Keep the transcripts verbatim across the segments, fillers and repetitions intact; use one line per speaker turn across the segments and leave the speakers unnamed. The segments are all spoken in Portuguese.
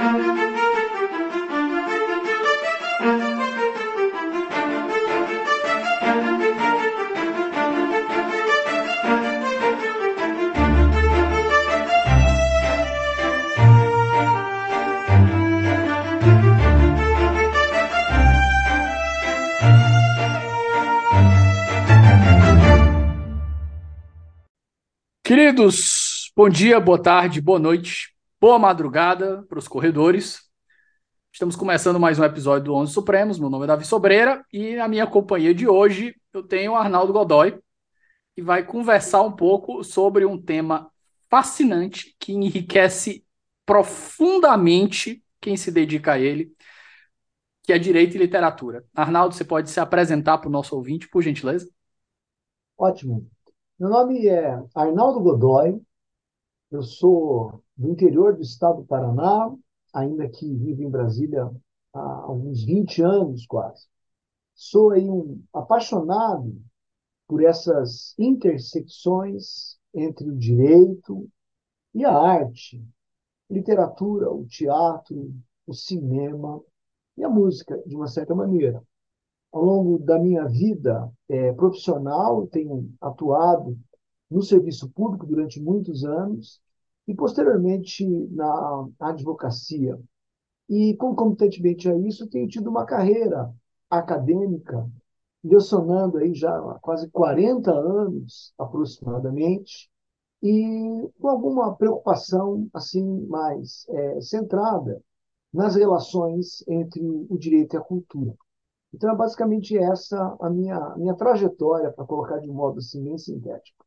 Queridos, bom dia, boa tarde, boa noite, boa madrugada para os corredores. Estamos começando mais um episódio do onze Supremos. Meu nome é Davi Sobreira e na minha companhia de hoje eu tenho o Arnaldo Godoy, que vai conversar um pouco sobre um tema fascinante que enriquece profundamente quem se dedica a ele, que é Direito e Literatura. Arnaldo, você pode se apresentar para o nosso ouvinte, por gentileza?
Ótimo. Meu nome é Arnaldo Godoy, eu sou do interior do estado do Paraná, ainda que vivo em Brasília há uns vinte anos quase. Sou aí um apaixonado por essas intersecções entre o direito e a arte, literatura, o teatro, o cinema e a música, de uma certa maneira. Ao longo da minha vida eh, profissional, tenho atuado no serviço público durante muitos anos e, posteriormente, na advocacia. E, concomitantemente a isso, tenho tido uma carreira acadêmica, lecionando aí já há quase quarenta anos, aproximadamente, e com alguma preocupação assim mais é, centrada nas relações entre o direito e a cultura. Então, é basicamente essa a minha, a minha trajetória, para colocar de modo assim, bem sintético.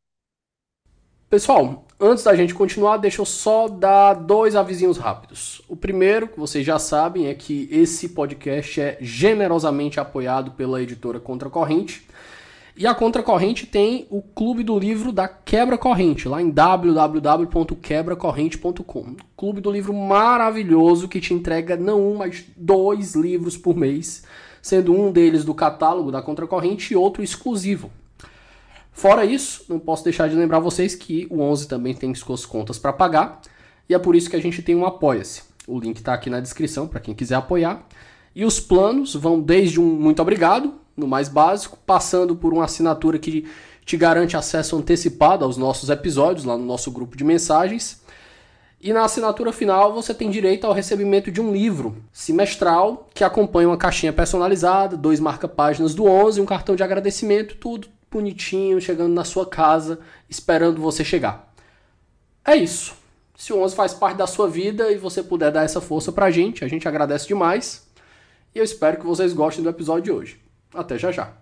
Pessoal, antes da gente continuar, deixa eu só dar dois avisinhos rápidos. O primeiro, que vocês já sabem, é que esse podcast é generosamente apoiado pela editora Contracorrente. E a Contracorrente tem o Clube do Livro da Quebra Corrente, lá em w w w ponto quebra corrente ponto com. Clube do Livro maravilhoso que te entrega não um, mas dois livros por mês, sendo um deles do catálogo da Contracorrente e outro exclusivo. Fora isso, não posso deixar de lembrar vocês que o onze também tem suas contas para pagar, e é por isso que a gente tem um Apoia-se. O link está aqui na descrição para quem quiser apoiar. E os planos vão desde um muito obrigado, no mais básico, passando por uma assinatura que te garante acesso antecipado aos nossos episódios lá no nosso grupo de mensagens. E na assinatura final você tem direito ao recebimento de um livro semestral que acompanha uma caixinha personalizada, dois marca-páginas do onze, um cartão de agradecimento, tudo bonitinho, chegando na sua casa, esperando você chegar. É isso. Se o onze faz parte da sua vida e você puder dar essa força pra gente, a gente agradece demais. E eu espero que vocês gostem do episódio de hoje. Até já já.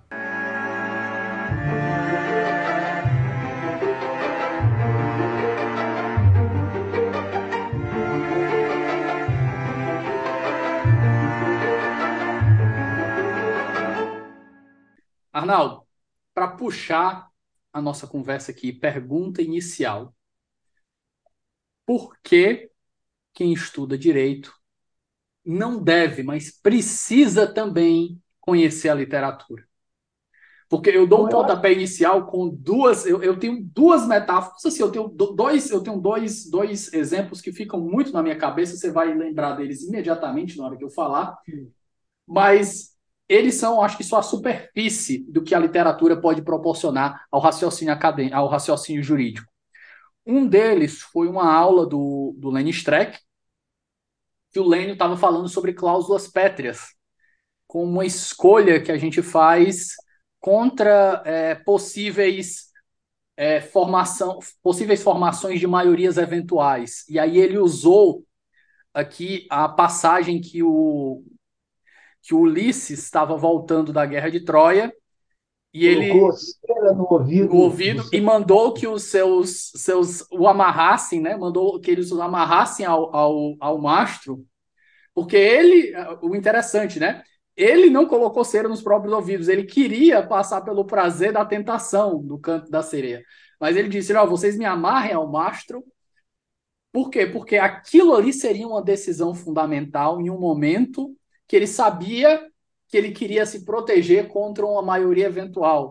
Arnaldo, para puxar a nossa conversa aqui, pergunta inicial. Por que quem estuda direito não deve, mas precisa também conhecer a literatura? Porque eu dou um
Bom, eu acho
pontapé inicial com duas, eu, eu tenho duas metáforas, assim, eu tenho dois, eu tenho dois, dois exemplos que ficam muito na minha cabeça, você vai lembrar deles imediatamente na hora que eu falar,
que
mas eles são, acho que só a superfície do que a literatura pode proporcionar ao raciocínio acadêmico, ao raciocínio jurídico. Um deles foi uma aula do, do Lênin Streck, que o Lênin estava falando sobre cláusulas pétreas, como uma escolha que a gente faz contra é, possíveis, é, formação, possíveis formações de maiorias eventuais. E aí ele usou aqui a passagem que o, que o Ulisses estava voltando da Guerra de Troia e
colocou
ele
cera no
no
ouvido do
ouvido e
seu.
mandou que os seus, seus o amarrassem, né? Mandou que eles o amarrassem ao, ao, ao mastro, porque ele, o interessante, né? Ele não colocou cera nos próprios ouvidos, ele queria passar pelo prazer da tentação do canto da sereia. Mas ele disse: ó, vocês me amarrem ao mastro. Por quê? Porque aquilo ali seria uma decisão fundamental em um momento que ele sabia que ele queria se proteger contra uma maioria eventual.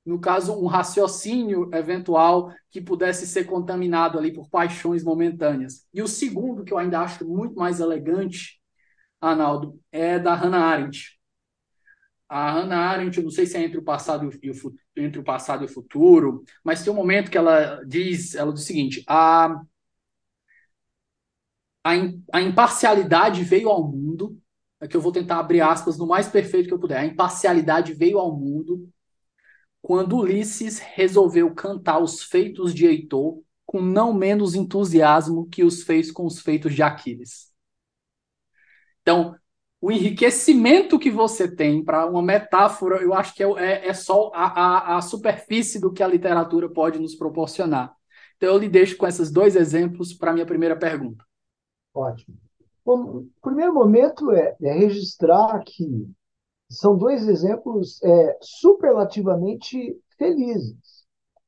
No caso, um raciocínio eventual que pudesse ser contaminado ali por paixões momentâneas. E o segundo, que eu ainda acho muito mais elegante, Arnaldo, é da Hannah Arendt. A Hannah Arendt, eu não sei se é entre o passado e o, entre o passado e o futuro, mas tem um momento que ela diz, ela diz o seguinte: a, a, a imparcialidade veio ao mundo, é que eu vou tentar abrir aspas no mais perfeito que eu puder. A imparcialidade veio ao mundo quando Ulisses resolveu cantar os feitos de Heitor com não menos entusiasmo que os fez com os feitos de Aquiles. Então, o enriquecimento que você tem para uma metáfora, eu acho que é, é, é só a, a, a superfície do que a literatura pode nos proporcionar. Então, eu lhe deixo com esses dois exemplos para a minha primeira pergunta.
Ótimo. Bom, o primeiro momento é, é registrar que são dois exemplos é, superlativamente felizes.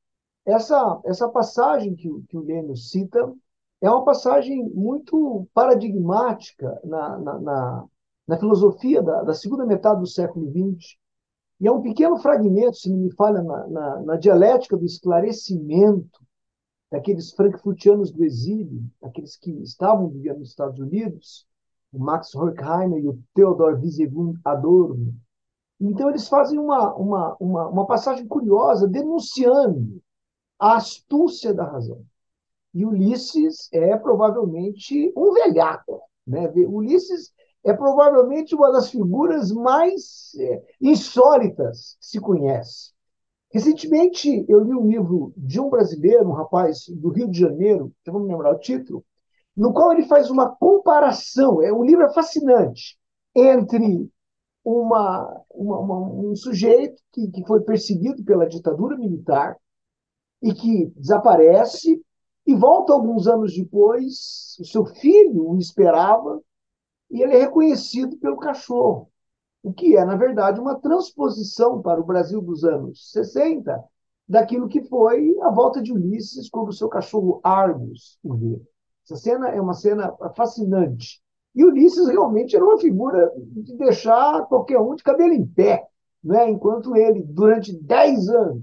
Essa, essa passagem que, o- que o Lênin cita é uma passagem muito paradigmática na, na, na, na filosofia da, da segunda metade do século vinte. E é um pequeno fragmento, se não me falha, na, na, na dialética do esclarecimento daqueles frankfurtianos do exílio, aqueles que estavam vivendo nos Estados Unidos, o Max Horkheimer e o Theodor Wiesegund Adorno. Então, eles fazem uma, uma, uma, uma passagem curiosa denunciando a astúcia da razão. E Ulisses é provavelmente um velhaco. Né? Ulisses é provavelmente uma das figuras mais é, insólitas que se conhece. Recentemente, eu li um livro de um brasileiro, um rapaz do Rio de Janeiro, que eu vou me lembrar o título, no qual ele faz uma comparação. É, o livro é fascinante entre uma, uma, uma, um sujeito que, que foi perseguido pela ditadura militar e que desaparece e volta alguns anos depois, o seu filho o esperava e ele é reconhecido pelo cachorro, o que é, na verdade, uma transposição para o Brasil dos anos sessenta daquilo que foi a volta de Ulisses quando o seu cachorro Argos o vê. Essa cena é uma cena fascinante. E Ulisses realmente era uma figura de deixar qualquer um de cabelo em pé, né? Enquanto ele, durante dez anos,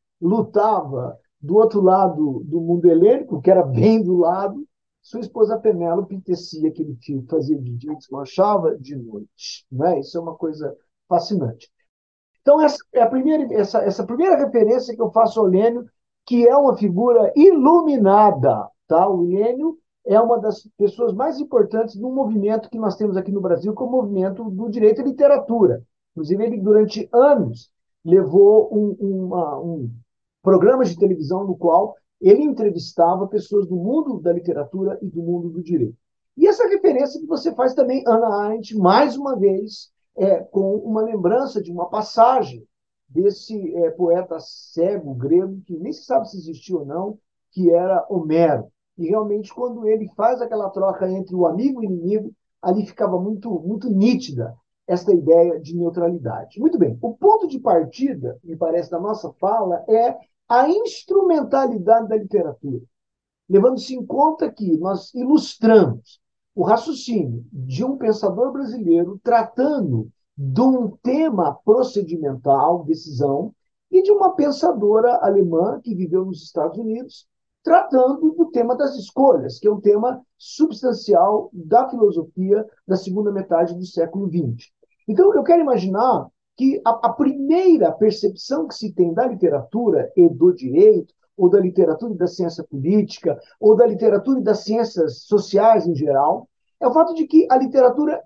lutava do outro lado do mundo helênico, que era bem do lado, sua esposa Penélope tecia aquele fio que fazia de dia e desmanchava de noite. Né? Isso é uma coisa fascinante. Então, essa é a primeira, essa, essa primeira referência que eu faço ao Lênio, que é uma figura iluminada. Tá? O Lênio é uma das pessoas mais importantes no movimento que nós temos aqui no Brasil, que é o movimento do direito à literatura. Inclusive, ele, durante anos, levou um, uma, um programa de televisão no qual ele entrevistava pessoas do mundo da literatura e do mundo do direito. E essa referência que você faz também, Ana Arendt, mais uma vez, é, com uma lembrança de uma passagem desse é, poeta cego grego, que nem se sabe se existiu ou não, que era Homero. E realmente, quando ele faz aquela troca entre o amigo e o inimigo, ali ficava muito, muito nítida esta ideia de neutralidade. Muito bem, o ponto de partida, me parece, da nossa fala é a instrumentalidade da literatura, levando-se em conta que nós ilustramos o raciocínio de um pensador brasileiro tratando de um tema procedimental, decisão, e de uma pensadora alemã que viveu nos Estados Unidos, tratando do tema das escolhas, que é um tema substancial da filosofia da segunda metade do século vinte. Então, eu quero imaginar que a, a primeira percepção que se tem da literatura e do direito, ou da literatura e da ciência política, ou da literatura e das ciências sociais em geral, é o fato de que a literatura,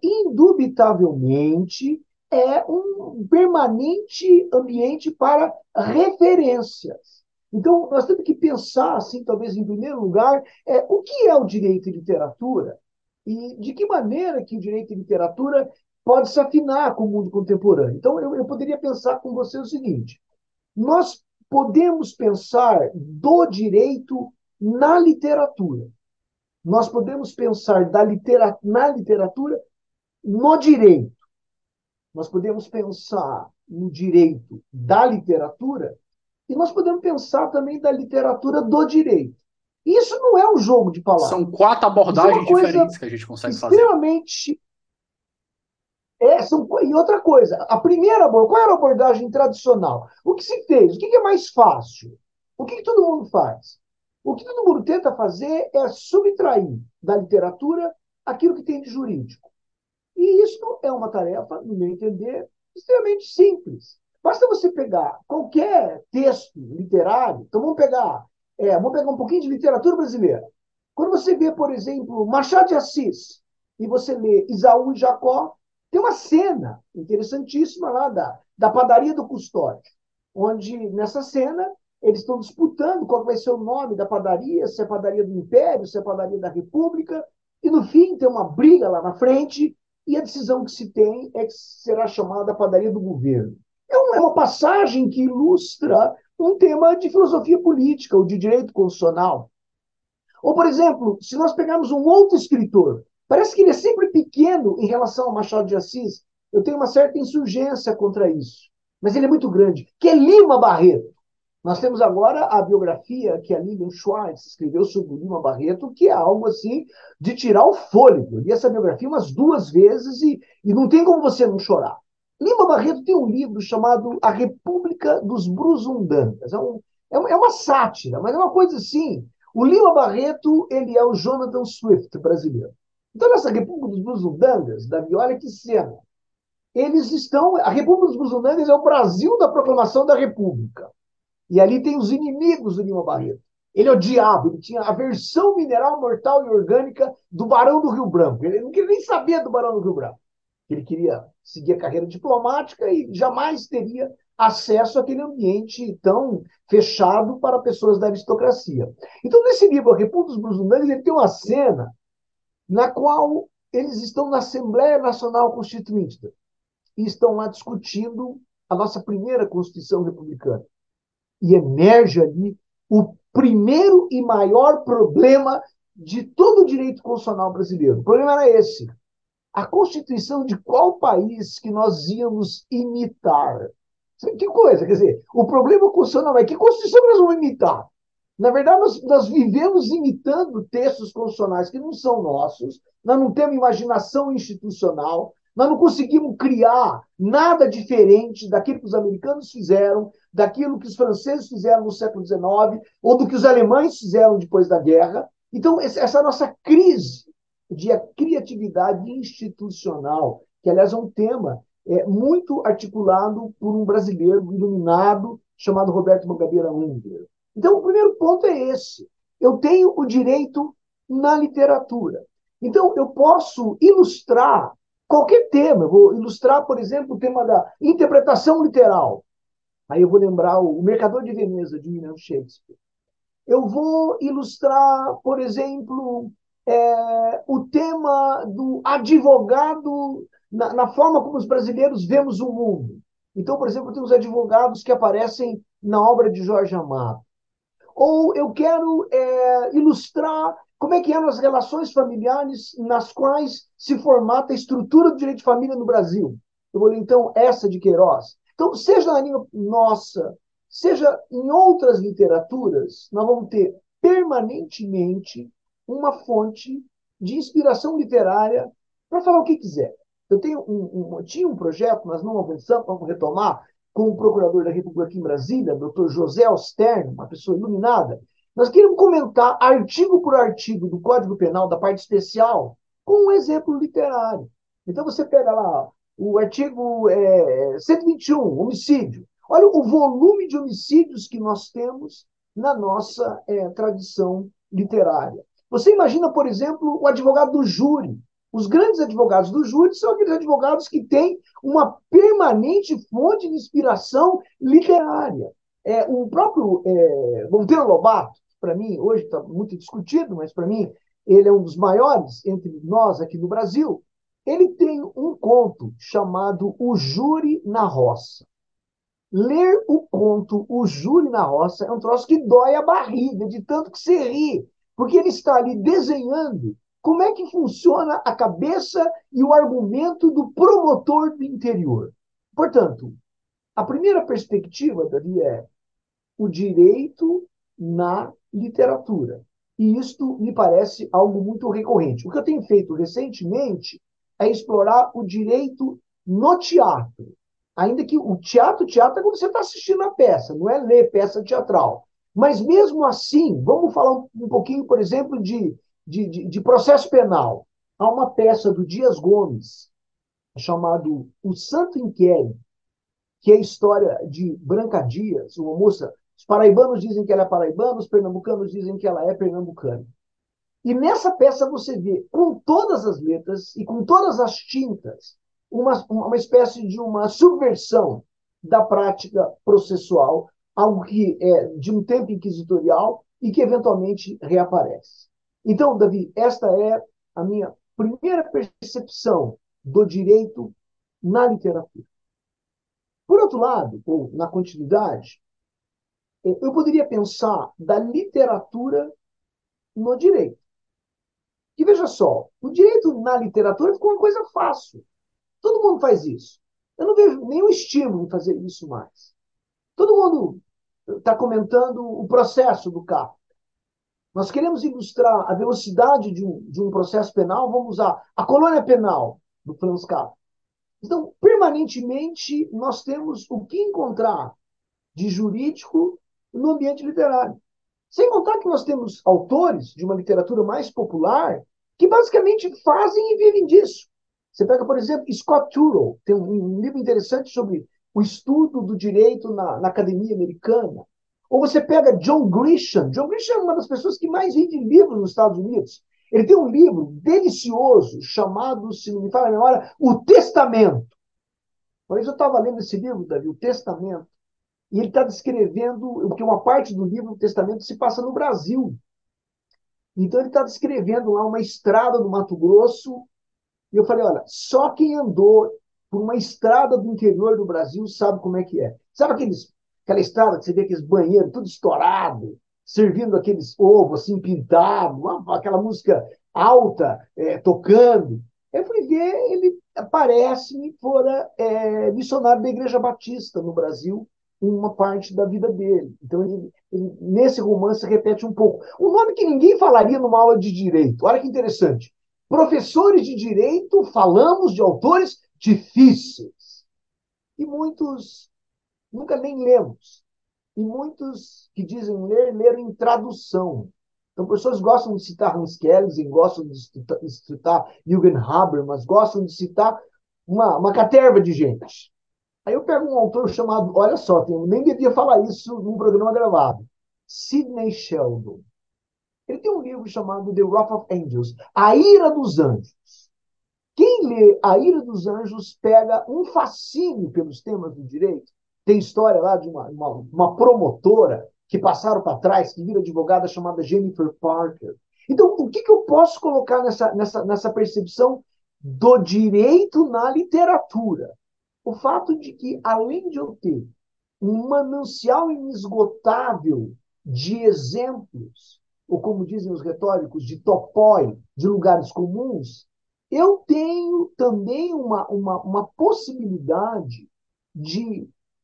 indubitavelmente, é um permanente ambiente para referências. Então, nós temos que pensar, assim, talvez em primeiro lugar, é, o que é o direito e literatura e de que maneira que o direito e literatura pode se afinar com o mundo contemporâneo. Então, eu, eu poderia pensar com você o seguinte: nós podemos pensar do direito na literatura. Nós podemos pensar da litera na literatura no direito. Nós podemos pensar no direito da literatura e nós podemos pensar também da literatura do direito. Isso não é um jogo de palavras.
São quatro
Isso é uma
abordagens
coisa
diferentes que a gente consegue fazer.
extremamente É, são, e outra coisa, a primeira, qual era a abordagem tradicional? O que se fez? O que é mais fácil? O que todo mundo faz? O que todo mundo tenta fazer é subtrair da literatura aquilo que tem de jurídico. E isso é uma tarefa, no meu entender, extremamente simples. Basta você pegar qualquer texto literário, então vamos pegar, é, vamos pegar um pouquinho de literatura brasileira. Quando você vê, por exemplo, Machado de Assis, e você lê Isaú e Jacó, tem uma cena interessantíssima lá da, da padaria do Custódio, onde nessa cena eles estão disputando qual vai ser o nome da padaria, se é a padaria do Império, se é a padaria da República, e no fim tem uma briga lá na frente, e a decisão que se tem é que será chamada padaria do governo. É uma, é uma passagem que ilustra um tema de filosofia política, ou de direito constitucional. Ou, por exemplo, se nós pegarmos um outro escritor, parece que ele é sempre pequeno em relação ao Machado de Assis. Eu tenho uma certa insurgência contra isso. Mas ele é muito grande, que é Lima Barreto. Nós temos agora a biografia que a Lilian Schwartz escreveu sobre o Lima Barreto, que é algo assim de tirar o fôlego. Eu li essa biografia umas duas vezes e, e não tem como você não chorar. Lima Barreto tem um livro chamado A República dos Brusundangas. É, um, é uma sátira, mas é uma coisa assim. O Lima Barreto, ele é o Jonathan Swift brasileiro. Então, nessa República dos Brusundangas, Davi, olha que cena. Eles estão. A República dos Brusundangas é o Brasil da proclamação da República. E ali tem os inimigos do Lima Barreto. Ele é o diabo, ele tinha a versão mineral, mortal e orgânica do Barão do Rio Branco. Ele não queria nem saber do Barão do Rio Branco. Ele queria seguir a carreira diplomática e jamais teria acesso àquele ambiente tão fechado para pessoas da aristocracia. Então, nesse livro, A República dos Brusundangas, ele tem uma cena na qual eles estão na Assembleia Nacional Constituinte e estão lá discutindo a nossa primeira Constituição Republicana. E emerge ali o primeiro e maior problema de todo o direito constitucional brasileiro. O problema era esse. A Constituição de qual país que nós íamos imitar? Que coisa, quer dizer, o problema constitucional é que Constituição nós vamos imitar? Na verdade, nós, nós vivemos imitando textos constitucionais que não são nossos, nós não temos imaginação institucional, nós não conseguimos criar nada diferente daquilo que os americanos fizeram, daquilo que os franceses fizeram no século dezenove, ou do que os alemães fizeram depois da guerra. Então, essa nossa crise de criatividade institucional, que, aliás, é um tema é, muito articulado por um brasileiro iluminado chamado Roberto Mangabeira Unger. Então, o primeiro ponto é esse. Eu tenho o direito na literatura. Então, eu posso ilustrar qualquer tema. Eu vou ilustrar, por exemplo, o tema da interpretação literal. Aí eu vou lembrar o Mercador de Veneza, de William Shakespeare. Eu vou ilustrar, por exemplo, é, o tema do advogado na, na forma como os brasileiros vemos o mundo. Então, por exemplo, tem os advogados que aparecem na obra de Jorge Amado. Ou eu quero é, ilustrar como é que eram as relações familiares nas quais se formata a estrutura do direito de família no Brasil. Eu vou ler, então, essa de Queiroz. Então, seja na língua nossa, seja em outras literaturas, nós vamos ter permanentemente uma fonte de inspiração literária para falar o que quiser. Eu tenho um, um, tinha um projeto, nós não avançamos, vamos retomar, com o procurador da República aqui em Brasília, doutor José Stern, uma pessoa iluminada. Nós queríamos comentar artigo por artigo do Código Penal, da parte especial, com um exemplo literário. Então você pega lá o artigo é, cento e vinte e um, homicídio. Olha o volume de homicídios que nós temos na nossa é, tradição literária. Você imagina, por exemplo, o advogado do júri. Os grandes advogados do júri são aqueles advogados que têm uma permanente fonte de inspiração literária. É, o próprio é, Monteiro Lobato, para mim, hoje está muito discutido, mas para mim ele é um dos maiores entre nós aqui no Brasil. Ele tem um conto chamado O Júri na Roça. Ler o conto O Júri na Roça é um troço que dói a barriga, de tanto que você ri, porque ele está ali desenhando como é que funciona a cabeça e o argumento do promotor do interior. Portanto, a primeira perspectiva, Davi, é o direito na literatura. E isto me parece algo muito recorrente. O que eu tenho feito recentemente é explorar o direito no teatro, ainda que o teatro, teatro é quando você está assistindo a peça, não é ler peça teatral. Mas mesmo assim, vamos falar um, um pouquinho, por exemplo, de, de, de, de processo penal. Há uma peça do Dias Gomes, chamado O Santo Inquérito, que é a história de Branca Dias, uma moça. Os paraibanos dizem que ela é paraibana, os pernambucanos dizem que ela é pernambucana. E nessa peça você vê, com todas as letras e com todas as tintas, uma, uma espécie de uma subversão da prática processual, algo que é de um tempo inquisitorial e que eventualmente reaparece. Então, Davi, esta é a minha primeira percepção do direito na literatura. Por outro lado, ou na continuidade, eu poderia pensar da literatura no direito. Que veja só, o direito na literatura ficou uma coisa fácil. Todo mundo faz isso. Eu não vejo nenhum estímulo em fazer isso mais. Todo mundo está comentando o processo do carro. Nós queremos ilustrar a velocidade de um, de um processo penal, vamos usar a colônia penal do Franz Kafka. Então, permanentemente, nós temos o que encontrar de jurídico no ambiente literário. Sem contar que nós temos autores de uma literatura mais popular que basicamente fazem e vivem disso. Você pega, por exemplo, Scott Turow, tem um livro interessante sobre o estudo do direito na, na academia americana. Ou você pega John Grisham. John Grisham é uma das pessoas que mais vende livros nos Estados Unidos. Ele tem um livro delicioso chamado, se não me falha a memória, O Testamento. Por isso eu estava lendo esse livro, Davi, O Testamento. E ele está descrevendo, porque uma parte do livro do Testamento se passa no Brasil. Então ele está descrevendo lá uma estrada do Mato Grosso. E eu falei, olha, só quem andou por uma estrada do interior do Brasil sabe como é que é. Sabe aqueles, aquela estrada que você vê aqueles banheiros tudo estourado, servindo aqueles ovos assim pintados, aquela música alta é, tocando. Eu fui ver, ele parece-me fora é, missionário da Igreja Batista no Brasil, uma parte da vida dele. Então, ele, ele, nesse romance, repete um pouco. Um nome que ninguém falaria numa aula de direito. Olha que interessante. Professores de direito, falamos de autores difíceis. E muitos nunca nem lemos. E muitos que dizem ler, leram em tradução. Então, pessoas gostam de citar Hans Kelsen, gostam de citar Jürgen Habermas, gostam de citar uma, uma caterva de gente. Aí eu pego um autor chamado, olha só, eu nem devia falar isso num programa gravado, Sidney Sheldon. Ele tem um livro chamado The Wrath of Angels, A Ira dos Anjos. Quem lê A Ira dos Anjos pega um fascínio pelos temas do direito. Tem história lá de uma, uma, uma promotora que passaram para trás, que vira advogada chamada Jennifer Parker. Então, o que, que eu posso colocar nessa, nessa, nessa percepção do direito na literatura? O fato de que, além de eu ter um manancial inesgotável de exemplos, ou como dizem os retóricos, de topói, de lugares comuns, eu tenho também uma, uma, uma possibilidade de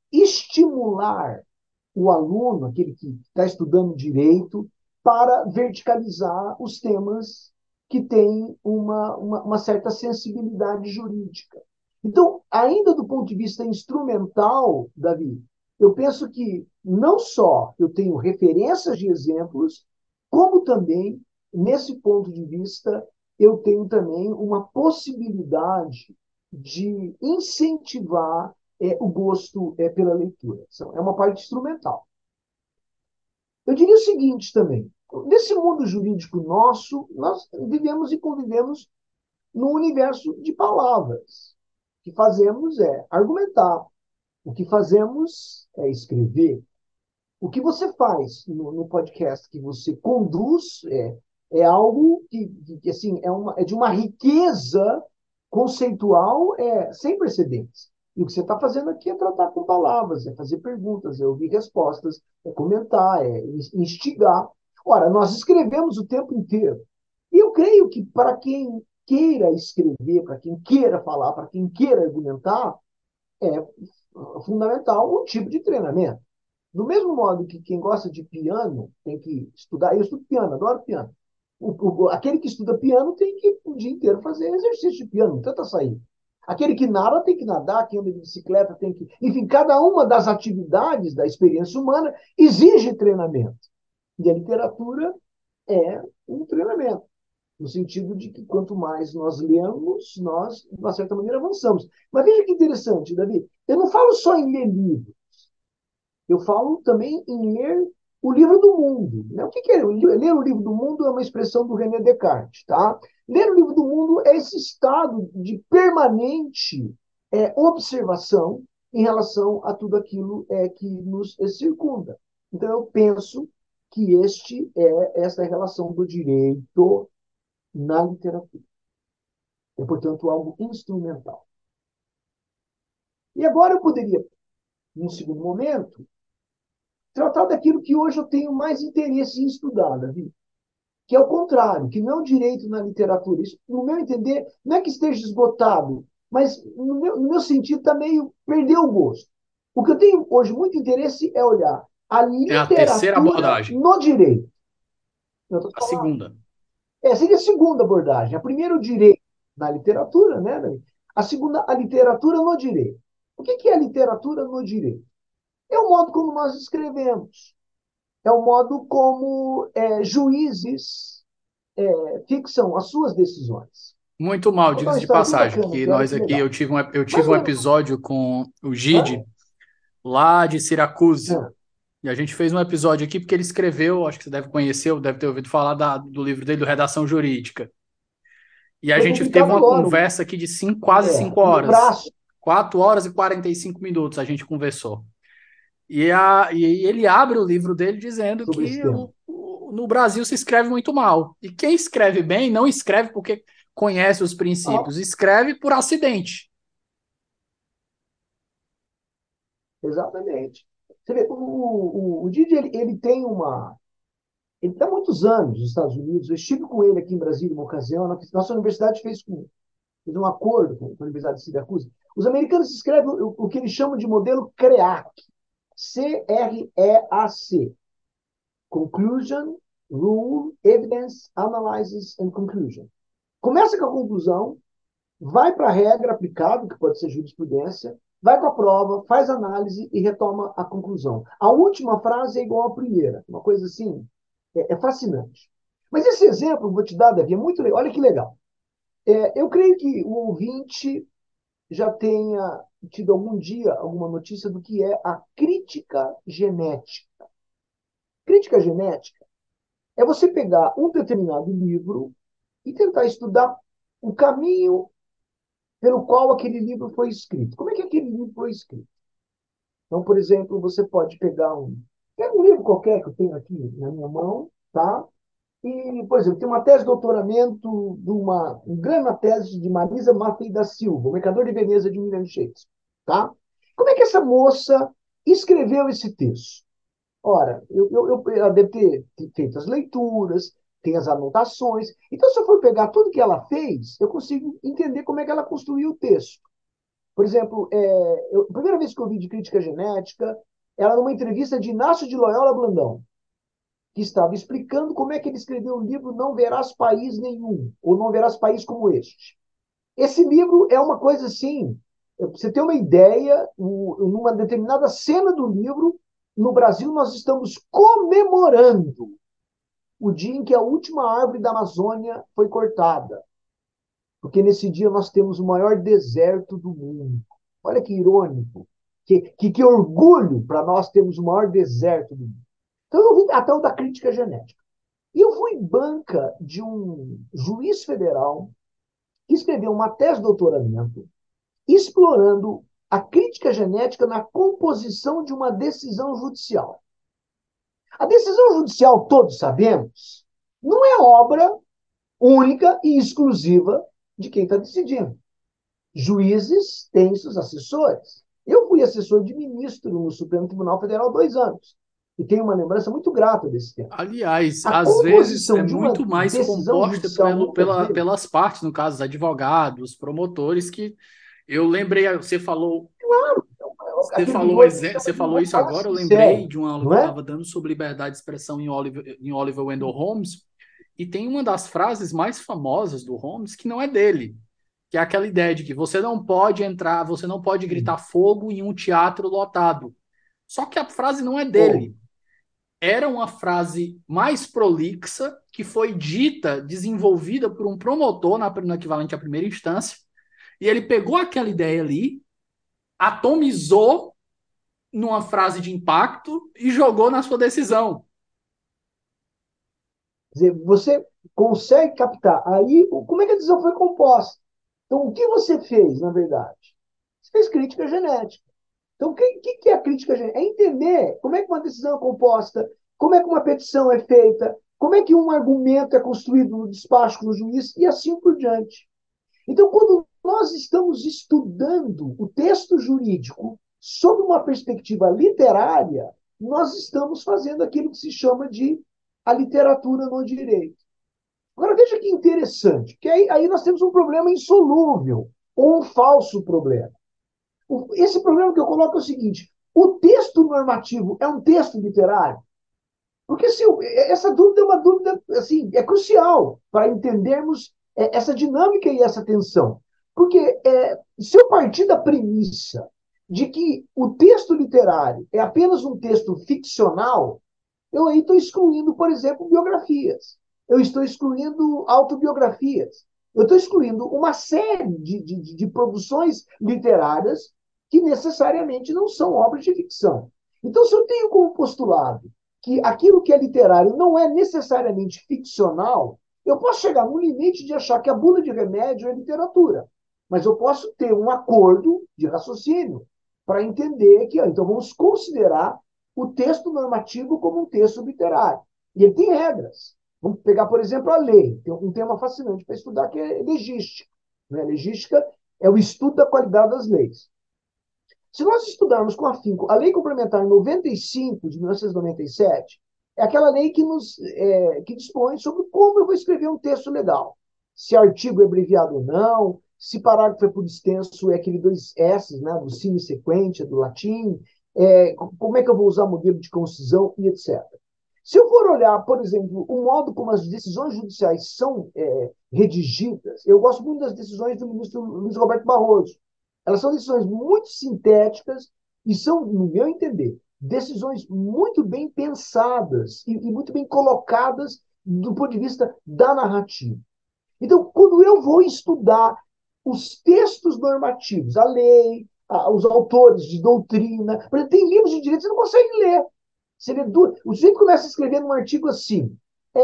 estimular o aluno, aquele que está estudando direito, para verticalizar os temas que têm uma, uma, uma certa sensibilidade jurídica. Então, ainda do ponto de vista instrumental, Davi, eu penso que não só eu tenho referências de exemplos, como também, nesse ponto de vista, eu tenho também uma possibilidade de incentivar é, o gosto é, pela leitura. É uma parte instrumental. Eu diria o seguinte também: nesse mundo jurídico nosso, nós vivemos e convivemos num universo de palavras. O que fazemos é argumentar, o que fazemos é escrever. O que você faz no, no podcast que você conduz é, é algo que, que assim, é, uma, é de uma riqueza conceitual é, sem precedentes. E o que você está fazendo aqui é tratar com palavras, é fazer perguntas, é ouvir respostas, é comentar, é instigar. Ora, nós escrevemos o tempo inteiro. E eu creio que para quem queira escrever, para quem queira falar, para quem queira argumentar, é fundamental um tipo de treinamento. Do mesmo modo que quem gosta de piano tem que estudar, eu estudo piano, adoro piano. O, o, aquele que estuda piano tem que o dia inteiro fazer exercício de piano, não tenta sair. Aquele que nada tem que nadar, quem anda de bicicleta tem que. Enfim, cada uma das atividades da experiência humana exige treinamento. E a literatura é um treinamento, no sentido de que quanto mais nós lemos, nós, de uma certa maneira, avançamos. Mas veja que interessante, Davi. Eu não falo só em ler livro. Eu falo também em ler o livro do mundo. Né? O que é ler o livro do mundo? É uma expressão do René Descartes. Tá? Ler o livro do mundo é esse estado de permanente é, observação em relação a tudo aquilo é, que nos circunda. Então, eu penso que este é essa relação do direito na literatura. É, portanto, algo instrumental. E agora eu poderia, num segundo momento, tratar daquilo que hoje eu tenho mais interesse em estudar, Davi, que é o contrário, que não é o direito na literatura. Isso, no meu entender, não é que esteja esgotado, mas no meu, no meu sentido está meio perdeu o gosto. O que eu tenho hoje muito interesse é olhar a
É a terceira
literatura
abordagem.
no direito. Eu
A
falando.
segunda.
É, seria a segunda abordagem. A primeira, o direito na literatura, né, Davi? A segunda, a literatura no direito. O que é a literatura no direito? É o modo como nós escrevemos. É o modo como é, juízes é, fixam as suas decisões.
Muito mal,
Vou contar uma
diga-se de
história bem
passagem,
bacana
que
aqui, olha
nós
que
aqui, eu
legal.
tive um, eu tive
Mais
um
ou menos.
episódio com o
Hã?
Gide, lá de Syracuse.
Hã?
E a gente fez um episódio aqui porque ele escreveu, acho que você deve conhecer, ou deve ter ouvido falar da- do livro dele, do Redação Jurídica. E a
Foi
gente teve
publicado
uma
agora.
conversa aqui de cinco, quase
É,
cinco
o meu
horas.
braço
Quatro horas e quarenta e cinco minutos a gente conversou. E, a, e ele abre o livro dele dizendo
sobre esse
que
tema.
o, o- no Brasil se escreve muito mal. E quem escreve bem não escreve porque conhece os
Ah,
princípios, escreve por acidente.
exatamente. Você vê, o, o, o Didi, ele, ele tem uma. Ele está há muitos anos nos Estados Unidos. Eu estive com ele aqui em Brasília, uma ocasião. Nossa universidade fez, com, fez um acordo com a Universidade de Syracuse. Os americanos escrevem o, o que eles chamam de modelo CREAC. C R E A C. Conclusion, Rule, Evidence, Analysis and Conclusion. Começa com a conclusão, vai para a regra aplicável, que pode ser jurisprudência, vai para a prova, faz análise e retoma a conclusão. A última frase é igual à primeira. Uma coisa assim, é, é fascinante. Mas esse exemplo, vou te dar, Davi, é muito legal. Olha que legal. É, eu creio que o ouvinte já tenha tido algum dia alguma notícia do que é a crítica genética. Crítica genética é você pegar um determinado livro e tentar estudar o caminho pelo qual aquele livro foi escrito. Como é que aquele livro foi escrito? Então, por exemplo, você pode pegar um, pega um livro qualquer que eu tenho aqui na minha mão, tá? E, por exemplo, tem uma tese de doutoramento de uma, uma grande tese de Marisa Maffei da Silva, O Mercador de Veneza de William Shakespeare, tá? Como é que essa moça escreveu esse texto? Ora, eu, eu, eu, ela deve ter feito as leituras, tem as anotações. Então, se eu for pegar tudo que ela fez, eu consigo entender como é que ela construiu o texto. Por exemplo, é, eu, a primeira vez que eu vi de crítica genética, era numa entrevista de Inácio de Loyola Blandão, que estava explicando como é que ele escreveu o livro Não Verás País Nenhum, ou Não Verás País Como Este. Esse livro é uma coisa assim, pra você ter uma ideia, numa determinada cena do livro, no Brasil nós estamos comemorando o dia em que a última árvore da Amazônia foi cortada. Porque nesse dia nós temos o maior deserto do mundo. Olha que irônico. Que, que, que orgulho para nós termos o maior deserto do mundo. Então eu vi a tal da crítica genética. E eu fui banca de um juiz federal que escreveu uma tese de doutoramento explorando a crítica genética na composição de uma decisão judicial. A decisão judicial, todos sabemos, não é obra única e exclusiva de quem está decidindo. Juízes têm seus assessores. Eu fui assessor de ministro no Supremo Tribunal Federal há dois anos e tenho uma lembrança muito grata desse tempo.
Aliás,
A
às vezes é
composição de uma
muito mais
decisão
composta
judicial,
pelo,
muitas
pela,
vezes,
pelas partes, no caso, os advogados, promotores, que eu lembrei, você falou, você
aquilo que
falou, um
hoje
exe-
chama
você
de
falou isso agora,
romance
eu lembrei
sério,
de uma aula que
não
eu
é?
estava dando sobre liberdade de expressão em Oliver, em Oliver Wendell Holmes, e tem uma das frases mais famosas do Holmes que não é dele. Que é aquela ideia de que você não pode entrar, você não pode gritar
Hum.
fogo em um teatro lotado. Só que a frase não é
Ou,
dele. Era uma frase mais prolixa que foi dita, desenvolvida por um promotor na, no equivalente à primeira instância, e ele pegou aquela ideia ali, atomizou numa frase de impacto e jogou na sua decisão.
quer dizer, você consegue captar. Aí, o- como é que a decisão foi composta? Então, o que você fez, na verdade? Você fez crítica genética. Então, o que, que, que é a crítica genética? É entender como é que uma decisão é composta, como é que uma petição é feita, como é que um argumento é construído no despacho com o juiz e assim por diante. Então, quando nós estamos estudando o texto jurídico sob uma perspectiva literária, nós estamos fazendo aquilo que se chama de a literatura no direito. Agora, veja que interessante, que aí, aí nós temos um problema insolúvel, ou um falso problema. Esse problema que eu coloco é o seguinte: o texto normativo é um texto literário? Porque se essa dúvida é uma dúvida assim, é crucial para entendermos essa dinâmica e essa tensão. Porque é, se eu partir da premissa de que o texto literário é apenas um texto ficcional, eu aí estou excluindo, por exemplo, biografias. Eu estou excluindo autobiografias. Eu estou excluindo uma série de, de, de produções literárias que necessariamente não são obras de ficção. Então, se eu tenho como postulado que aquilo que é literário não é necessariamente ficcional, eu posso chegar no limite de achar que a bula de remédio é literatura. Mas eu posso ter um acordo de raciocínio para entender que, então, vamos considerar o texto normativo como um texto literário. E ele tem regras. Vamos pegar, por exemplo, a lei. Tem um tema fascinante para estudar que é legística. Né? Legística é o estudo da qualidade das leis. Se nós estudarmos com afinco a Lei Complementar noventa e cinco, de mil novecentos e noventa e sete, é aquela lei que, nos, é, que dispõe sobre como eu vou escrever um texto legal. Se artigo é abreviado ou não, se parágrafo é por extenso, é aquele dois S, né, do sine sequentia, do latim, é, como é que eu vou usar modelo de concisão e etcétera. Se eu for olhar, por exemplo, o modo como as decisões judiciais são é, redigidas, eu gosto muito das decisões do ministro Luiz Roberto Barroso. Elas são decisões muito sintéticas e são, no meu entender, decisões muito bem pensadas e, e muito bem colocadas do ponto de vista da narrativa. Então, quando eu vou estudar os textos normativos, a lei, a, os autores de doutrina, por exemplo, tem livros de direito que você não consegue ler. Você lê du... O sujeito começa a escrever num artigo assim: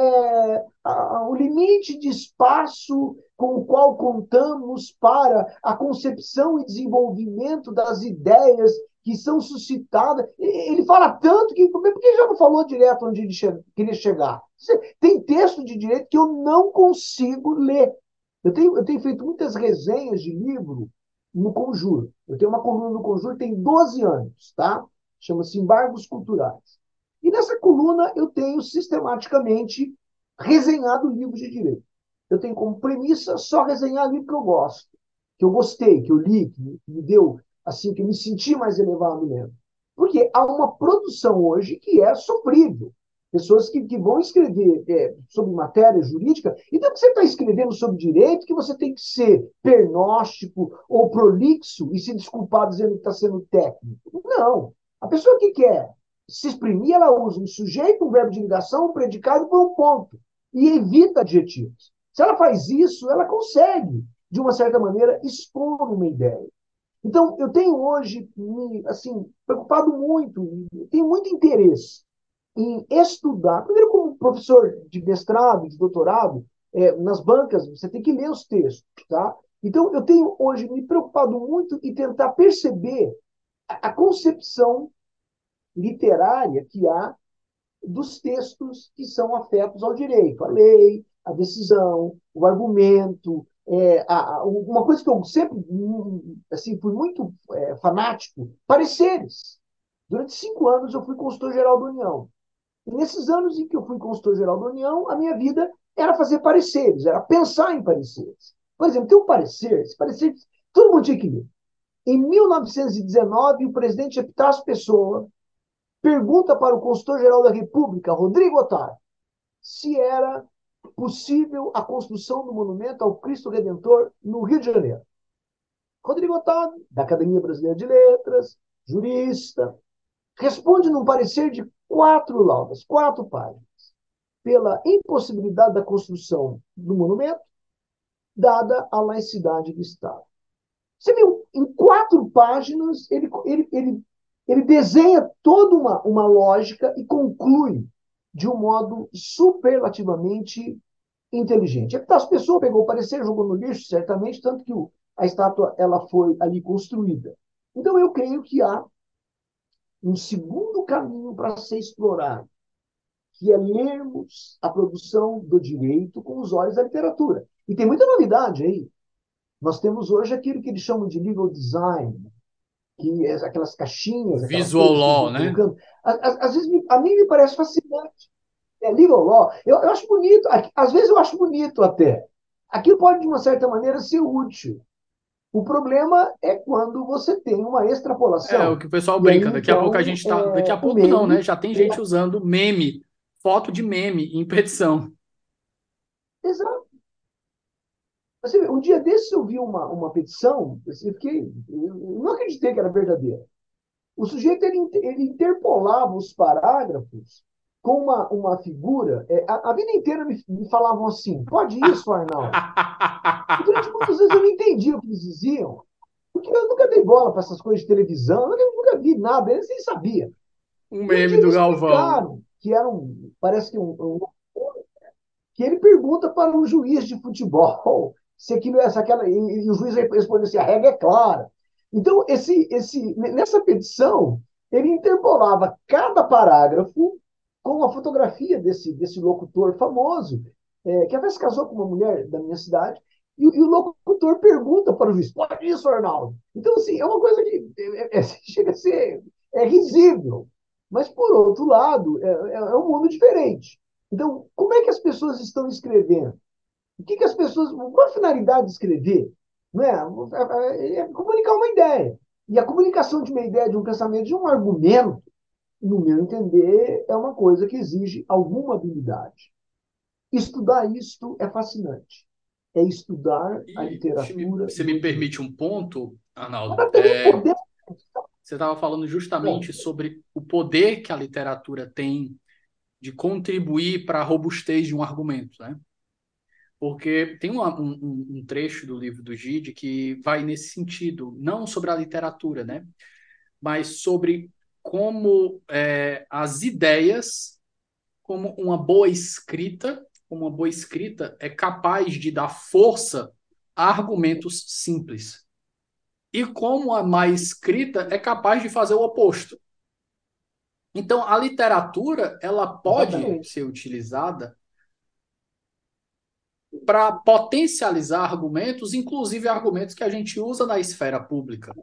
é, a, o limite de espaço com o qual contamos para a concepção e desenvolvimento das ideias que são suscitadas. Ele fala tanto que por que ele já não falou direto onde ele che queria chegar? Tem texto de direito que eu não consigo ler. Eu tenho, eu tenho feito muitas resenhas de livro no Conjuro. Eu tenho uma coluna no Conjuro tem doze anos, tá? Chama-se Embargos Culturais. E nessa coluna eu tenho sistematicamente resenhado livros de direito. Eu tenho como premissa só resenhar livro que eu gosto, que eu gostei, que eu li, que me deu, assim, que eu me senti mais elevado mesmo. Porque há uma produção hoje que é sofrível. Pessoas que, que vão escrever é, sobre matéria jurídica, então que você está escrevendo sobre direito, que você tem que ser pernóstico ou prolixo e se desculpar dizendo que está sendo técnico. Não. A pessoa que quer se exprimir, ela usa um sujeito, um verbo de ligação, um predicado e um ponto. E evita adjetivos. Se ela faz isso, ela consegue, de uma certa maneira, expor uma ideia. Então, eu tenho hoje, me, assim, preocupado muito, tenho muito interesse em estudar. Primeiro, como professor de mestrado, de doutorado, é, nas bancas, você tem que ler os textos, tá? Então, eu tenho hoje me preocupado muito em tentar perceber a, a concepção literária que há dos textos que são afetos ao direito, a lei, a decisão, o argumento. É, a, a, uma coisa que eu sempre assim, fui muito é, fanático, pareceres. Durante cinco anos eu fui consultor-geral da União. E nesses anos em que eu fui consultor-geral da União, a minha vida era fazer pareceres, era pensar em pareceres. Por exemplo, tem um parecer, esse parecer, todo mundo tinha que ler. Em mil novecentos e dezenove, o presidente Epitácio Pessoa pergunta para o consultor-geral da República, Rodrigo Otário, se era possível a construção do monumento ao Cristo Redentor no Rio de Janeiro. Rodrigo Otávio, da Academia Brasileira de Letras, jurista, responde num parecer de quatro laudas, quatro páginas, pela impossibilidade da construção do monumento, dada a laicidade do Estado. Você viu, em quatro páginas, ele, ele, ele, ele desenha toda uma, uma lógica e conclui de um modo superlativamente inteligente. As pessoas pegou o parecer, jogou no lixo, certamente, tanto que o, a estátua ela foi ali construída. Então, eu creio que há um segundo caminho para ser explorado, que é lermos a produção do direito com os olhos da literatura. E tem muita novidade aí. Nós temos hoje aquilo que eles chamam de legal design, que é aquelas caixinhas, aquelas
Visual
coisas que eles
law,
vão
né?
colocando. Às, às vezes, a mim me parece fascinante. É legal law. Eu, eu acho bonito. Às vezes eu acho bonito até. Aquilo pode, de uma certa maneira, ser útil. O problema é quando você tem uma
É o
extrapolação.
que o pessoal
E aí,
brinca. Daqui a pouco a
então,
gente tá. Daqui a
é, o
pouco não, né?
meme.
Já tem
Ele...
gente usando meme, foto de meme em petição.
Exato. Você vê, um dia desses eu vi uma, uma petição, eu fiquei, eu não acreditei que era verdadeira. O sujeito ele, ele interpolava os parágrafos com uma, uma figura. É, a, a vida inteira me, me falavam assim: pode isso, Arnaldo? E durante muitas vezes eu não entendia o que eles diziam, porque eu nunca dei bola para essas coisas de televisão, eu nunca, nunca vi nada, eles nem sabiam.
Um
E um
meme
dia me
do Galvão.
explicaram que era um, parece que um, um que ele pergunta para um juiz de futebol se aquilo é aquela e, e o juiz responde assim, a regra é clara. Então esse esse nessa petição ele interpolava cada parágrafo com uma fotografia desse desse locutor famoso é, que até se casou com uma mulher da minha cidade e, e o locutor pergunta para o juiz, pode isso, Arnaldo? Então assim é uma coisa que é, é, chega a ser é risível, mas por outro lado é, é um mundo diferente. Então, como é que as pessoas estão escrevendo? O que, que as pessoas. Qual a finalidade de escrever? Não é? É é comunicar uma ideia. E a comunicação de uma ideia, de um pensamento, de um argumento, no meu entender, é uma coisa que exige alguma habilidade. Estudar isto é fascinante. É estudar a
E se me,
literatura
se me
do direito.
permite um ponto, Arnaldo,
Para também
é,
poder.
você estava falando
Bom,
justamente sobre o poder que a literatura tem de contribuir para a robustez de um argumento, né? Porque tem uma- um, um- um trecho do livro do Gide que vai nesse sentido, não sobre a literatura, né? Mas sobre como é, as ideias, como uma boa escrita, como uma boa escrita é capaz de dar força a argumentos simples. E como a má escrita é capaz de fazer o oposto. Então, a literatura, ela pode
exatamente.
ser utilizada para potencializar argumentos, inclusive argumentos que a gente usa na esfera pública.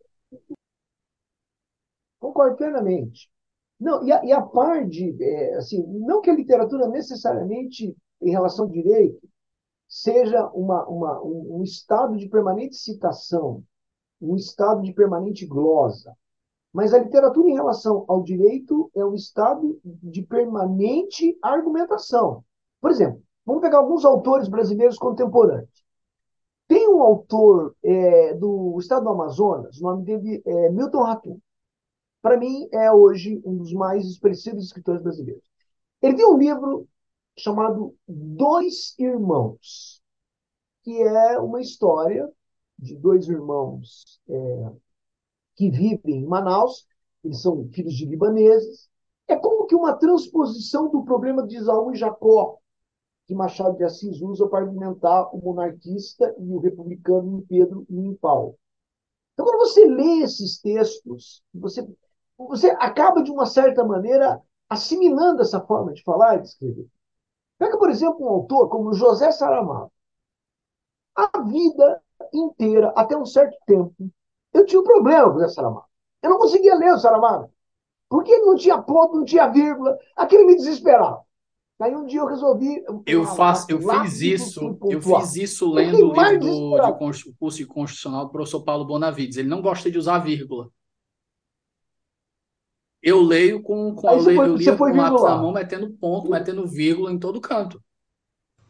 Concordo plenamente. Não, e a, e a par de, é, assim, não que a literatura necessariamente, em relação ao direito, seja uma, uma, um, um estado de permanente citação, um estado de permanente glosa. Mas a literatura em relação ao direito é um estado de permanente argumentação. Por exemplo, vamos pegar alguns autores brasileiros contemporâneos. Tem um autor é, do estado do Amazonas, o nome dele é Milton Ratum. Para mim, é hoje um dos mais expressivos escritores brasileiros. Ele tem um livro chamado Dois Irmãos, que é uma história de dois irmãos é, que vivem em Manaus, eles são filhos de libaneses. É como que uma transposição do problema de Isaú e Jacó, que Machado de Assis usa para argumentar o monarquista e o republicano em Pedro e em Paulo. Então, quando você lê esses textos, você, você acaba, de uma certa maneira, assimilando essa forma de falar e de escrever. Pega, por exemplo, um autor como José Saramago. A vida inteira, até um certo tempo, eu tinha um problema com o José Saramago. Eu não conseguia ler o Saramago, porque ele não tinha ponto, não tinha vírgula, aquilo me desesperava. Aí um dia eu resolvi,
Eu faço, eu
um
fiz
lápis e fui
isso, eu
pontuar.
fiz isso
Eu fiquei
lendo o livro
mais
do de
desesperado.
curso de constitucional do professor Paulo Bonavides. Ele não gosta de usar vírgula. Eu leio com, com
Aí
eu,
você
leio,
foi,
eu
você
lia
foi
com lápis na
virgular.
mão, metendo ponto, metendo vírgula em todo canto.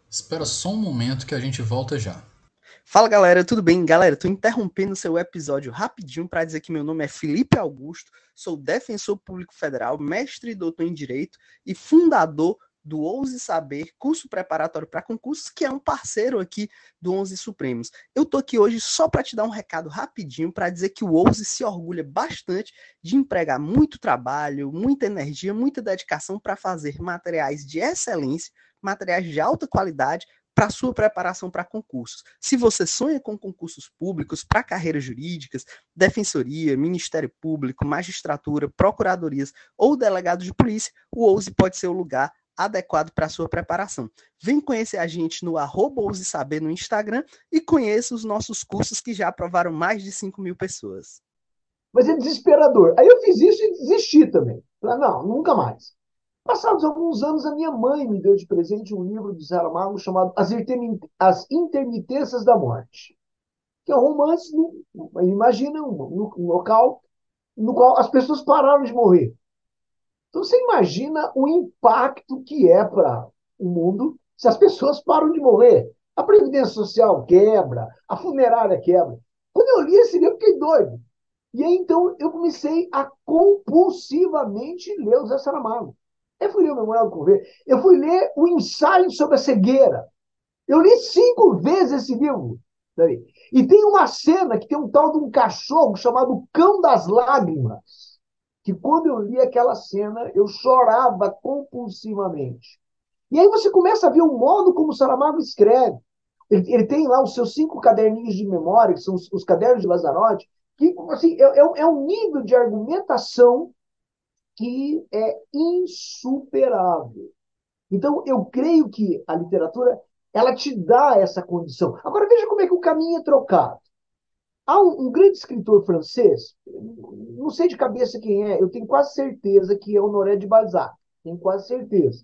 Espera só um momento que a gente volta já.
Fala galera, tudo bem? Galera, tô interrompendo o seu episódio rapidinho para dizer que meu nome é Felipe Augusto, sou defensor público federal, mestre e doutor em Direito e fundador do Ouse Saber, curso preparatório para concursos, que é um parceiro aqui do Onze Supremos. Eu tô aqui hoje só para te dar um recado rapidinho para dizer que o Ouse se orgulha bastante de empregar muito trabalho, muita energia, muita dedicação para fazer materiais de excelência, materiais de alta qualidade para sua preparação para concursos. Se você sonha com concursos públicos para carreiras jurídicas, defensoria, Ministério Público, magistratura, procuradorias ou delegado de polícia, o Ouse pode ser o lugar adequado para sua preparação. Vem conhecer a gente no arroba Ouse Saber no Instagram e conheça os nossos cursos que já aprovaram mais de cinco mil pessoas.
Mas é desesperador. Aí eu fiz isso e desisti também. Falei, não, nunca mais. Passados alguns anos, a minha mãe me deu de presente um livro do Saramago chamado As, As Intermitências da Morte, que é um romance, no, imagina, um, um local no qual as pessoas pararam de morrer. Então você imagina o impacto que é para o mundo se as pessoas param de morrer. A Previdência Social quebra, a funerária quebra. Quando eu li esse livro, eu fiquei doido. E aí, então, eu comecei a compulsivamente ler o Zé Saramago. Eu fui ler o Memorial do Convênio. Eu fui ler o ensaio sobre a cegueira. Eu li cinco vezes esse livro. Sabe? E tem uma cena que tem um tal de um cachorro chamado Cão das Lágrimas, que quando eu li aquela cena, eu chorava compulsivamente. E aí você começa a ver o modo como o Saramago escreve. Ele, ele tem lá os seus cinco caderninhos de memória, que são os, os cadernos de Lazarote, que assim, é, é, é um nível de argumentação que é insuperável. Então, eu creio que a literatura ela te dá essa condição. Agora, veja como é que o caminho é trocado. Há um, um grande escritor francês, não sei de cabeça quem é, eu tenho quase certeza que é Honoré de Balzac. Tenho quase certeza.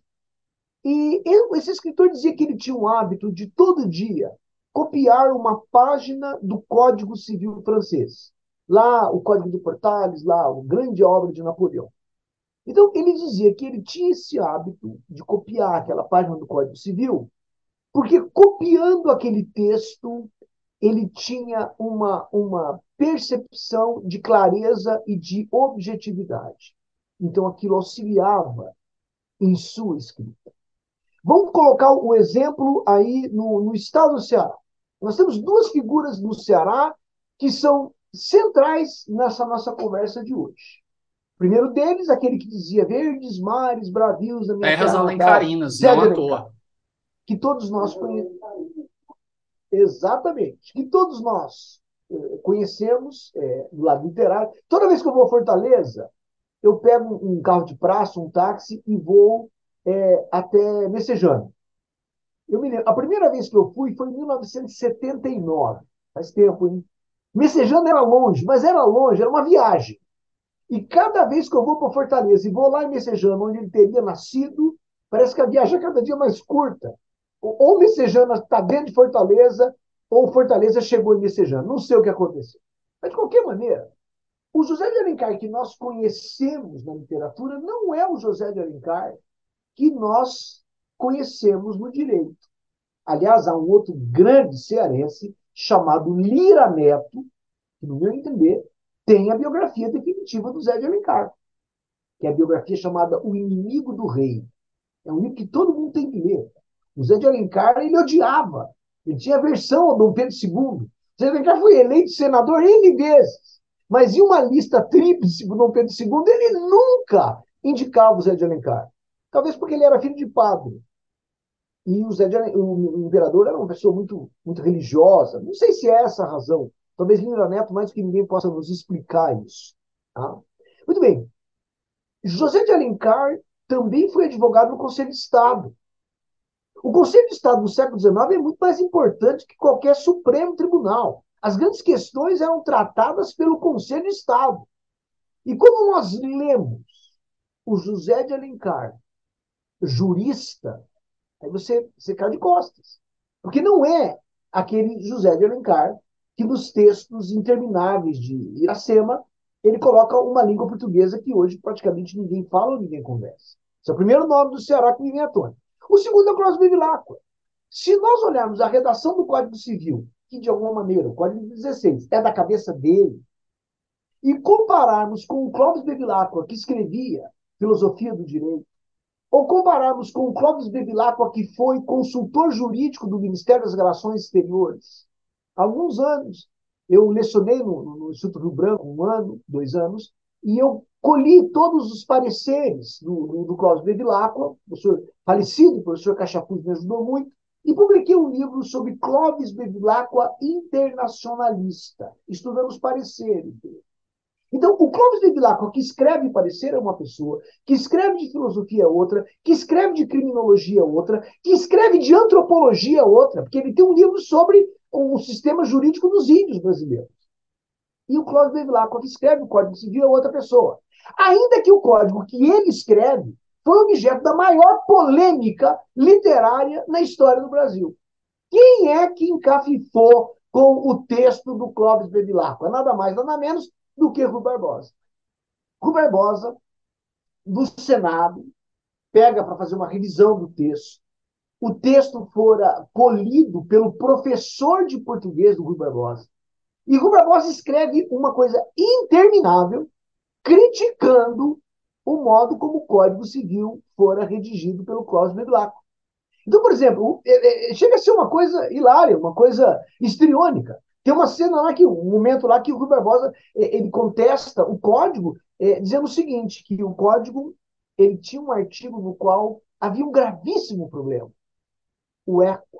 E eu, esse escritor dizia que ele tinha um hábito de todo dia copiar uma página do Código Civil francês. Lá, o Código de Portales, lá, a grande obra de Napoleão. Então, ele dizia que ele tinha esse hábito de copiar aquela página do Código Civil, porque copiando aquele texto, ele tinha uma, uma percepção de clareza e de objetividade. Então, aquilo auxiliava em sua escrita. Vamos colocar o exemplo aí no, no estado do Ceará. Nós temos duas figuras no Ceará que são centrais nessa nossa conversa de hoje. O primeiro deles, aquele que dizia verdes mares, bravios da minha
Terras
terra natal,
Alencarinas,
Zé
não
de
à
Alencar,
toa.
que todos nós conhecemos. Exatamente, que todos nós eh, conhecemos é, do lado literário. Toda vez que eu vou a Fortaleza, eu pego um carro de praça, um táxi e vou é, até Messejana. Eu me lembro, a primeira vez que eu fui foi em mil novecentos e setenta e nove. Faz tempo, hein? Messejana era longe, mas era longe, era uma viagem. E cada vez que eu vou para Fortaleza e vou lá em Messejana, onde ele teria nascido, parece que a viagem é cada dia mais curta. Ou Messejana está dentro de Fortaleza, ou Fortaleza chegou em Messejana. Não sei o que aconteceu. Mas, de qualquer maneira, o José de Alencar que nós conhecemos na literatura não é o José de Alencar que nós conhecemos no direito. Aliás, há um outro grande cearense chamado Lira Neto, que, no meu entender, tem a biografia definitiva do Zé de Alencar, que é a biografia chamada O Inimigo do Rei. É um livro que todo mundo tem que ler. O Zé de Alencar, ele odiava. Ele tinha aversão ao Dom Pedro segundo. O Zé de Alencar foi eleito senador N vezes. Mas em uma lista tríplice do Dom Pedro segundo, ele nunca indicava o Zé de Alencar. Talvez porque ele era filho de padre. E o, Zé de, o imperador era uma pessoa muito, muito religiosa. Não sei se é essa a razão. Talvez Lira Neto, mais que ninguém, possa nos explicar isso. Tá? Muito bem. José de Alencar também foi advogado no Conselho de Estado. O Conselho de Estado no século dezenove é muito mais importante que qualquer Supremo Tribunal. As grandes questões eram tratadas pelo Conselho de Estado. E quando nós lemos o José de Alencar, jurista, aí você, você cai de costas. Porque não é aquele José de Alencar que nos textos intermináveis de Iracema ele coloca uma língua portuguesa que hoje praticamente ninguém fala ou ninguém conversa. Esse é o primeiro nome do Ceará que me vem à tona. O segundo é o Crosby Vilacqua. Se nós olharmos a redação do Código Civil, que de alguma maneira, o Código dezesseis, é da cabeça dele, e compararmos com o Clóvis Bevilacqua, que escrevia Filosofia do Direito, ou compararmos com o Clóvis Bevilacqua, que foi consultor jurídico do Ministério das Relações Exteriores, há alguns anos, eu lecionei no, no Instituto Rio Branco, um ano, dois anos, e eu colhi todos os pareceres do, do, do Clóvis Bevilacqua, professor falecido, o professor Cachapuz me ajudou muito, e publiquei um livro sobre Clóvis Bevilacqua internacionalista, estudando os pareceres dele. Então, o Clóvis Bevilacqua, que escreve parecer, é uma pessoa, que escreve de filosofia é outra, que escreve de criminologia é outra, que escreve de antropologia é outra, porque ele tem um livro sobre o sistema jurídico dos índios brasileiros. E o Clóvis Bevilacqua, que escreve o Código Civil, é outra pessoa. Ainda que o código que ele escreve foi objeto da maior polêmica literária na história do Brasil. Quem é que encafifou com o texto do Clóvis Bevilacqua? Nada mais, nada menos do que Rui Barbosa. Rui Barbosa, do Senado, pega para fazer uma revisão do texto. O texto fora polido pelo professor de português do Rui Barbosa. E Rui Barbosa escreve uma coisa interminável, criticando o modo como o Código Civil fora redigido pelo Clóvis Bevilacqua. Então, por exemplo, chega a ser uma coisa hilária, uma coisa histriônica. Tem uma cena lá, que, um momento lá que o Rui Barbosa ele contesta o código, é, dizendo o seguinte, que o código ele tinha um artigo no qual havia um gravíssimo problema. O eco.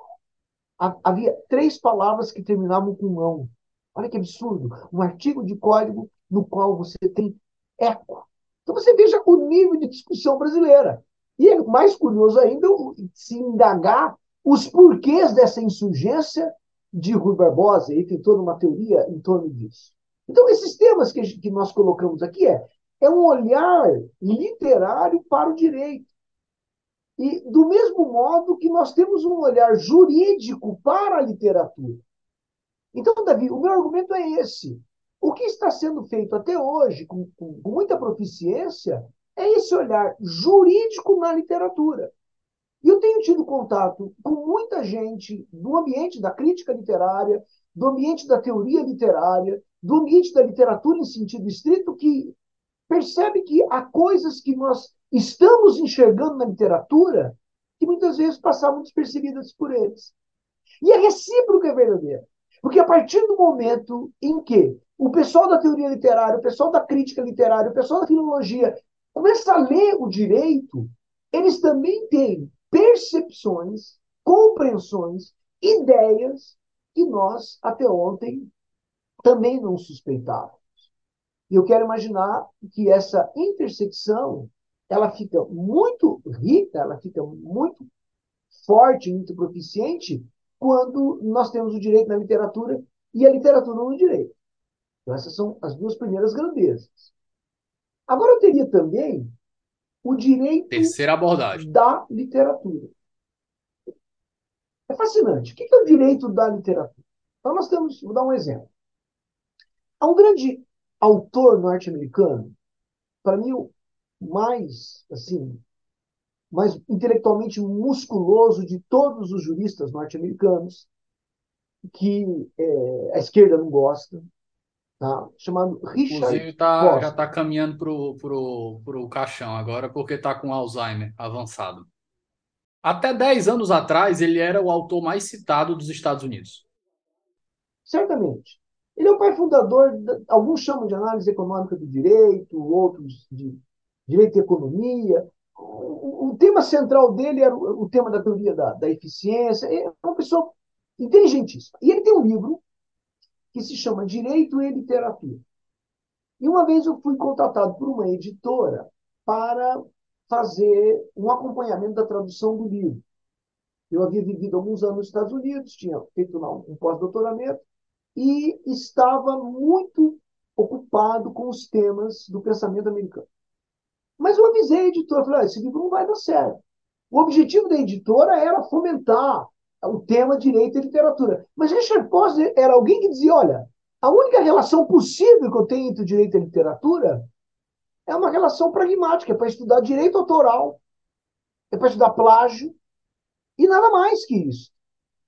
Havia três palavras que terminavam com não. Olha que absurdo. Um artigo de código no qual você tem eco. Então você veja o nível de discussão brasileira. E é mais curioso ainda se indagar os porquês dessa insurgência de Rui Barbosa, e tem toda uma teoria em torno disso. Então, esses temas que, que nós colocamos aqui é, é um olhar literário para o direito. E do mesmo modo que nós temos um olhar jurídico para a literatura. Então, Davi, o meu argumento é esse. O que está sendo feito até hoje, com, com, com muita proficiência, é esse olhar jurídico na literatura. E eu tenho tido contato com muita gente do ambiente da crítica literária, do ambiente da teoria literária, do ambiente da literatura em sentido estrito, que percebe que há coisas que nós estamos enxergando na literatura que muitas vezes passavam despercebidas por eles. E a recíproca é verdadeira. Porque a partir do momento em que o pessoal da teoria literária, o pessoal da crítica literária, o pessoal da filologia começa a ler o direito, eles também têm percepções, compreensões, ideias que nós, até ontem, também não suspeitávamos. E eu quero imaginar que essa intersecção ela fica muito rica, ela fica muito forte, muito proficiente, quando nós temos o direito na literatura e a literatura no direito. Então, essas são as duas primeiras grandezas. Agora, eu teria também o direito
Terceira abordagem.
da literatura. É fascinante. O que é o direito da literatura? Então, nós temos, vou dar um exemplo. Há um grande autor norte-americano, para mim, o mais, assim, mais intelectualmente musculoso de todos os juristas norte-americanos, que é, a esquerda não gosta, tá? Chamado Richard
Inclusive, tá, já
Foster.
está caminhando pro, pro, pro caixão agora, porque está com Alzheimer avançado. Até dez anos atrás, ele era o autor mais citado dos Estados Unidos.
Certamente. Ele é o pai fundador, alguns chamam de análise econômica do direito, outros de direito e economia. O, o tema central dele era o, o tema da teoria da, da eficiência. É uma pessoa inteligentíssima. E ele tem um livro que se chama Direito e Literatura. E uma vez eu fui contratado por uma editora para fazer um acompanhamento da tradução do livro. Eu havia vivido alguns anos nos Estados Unidos, tinha feito lá um pós-doutoramento, e estava muito ocupado com os temas do pensamento americano. Mas eu avisei a editora, falei, ah, esse livro não vai dar certo. O objetivo da editora era fomentar o tema direito e literatura. Mas Richard Foster era alguém que dizia, olha, a única relação possível que eu tenho entre o direito e a literatura é uma relação pragmática, é para estudar direito autoral, é para estudar plágio, e nada mais que isso.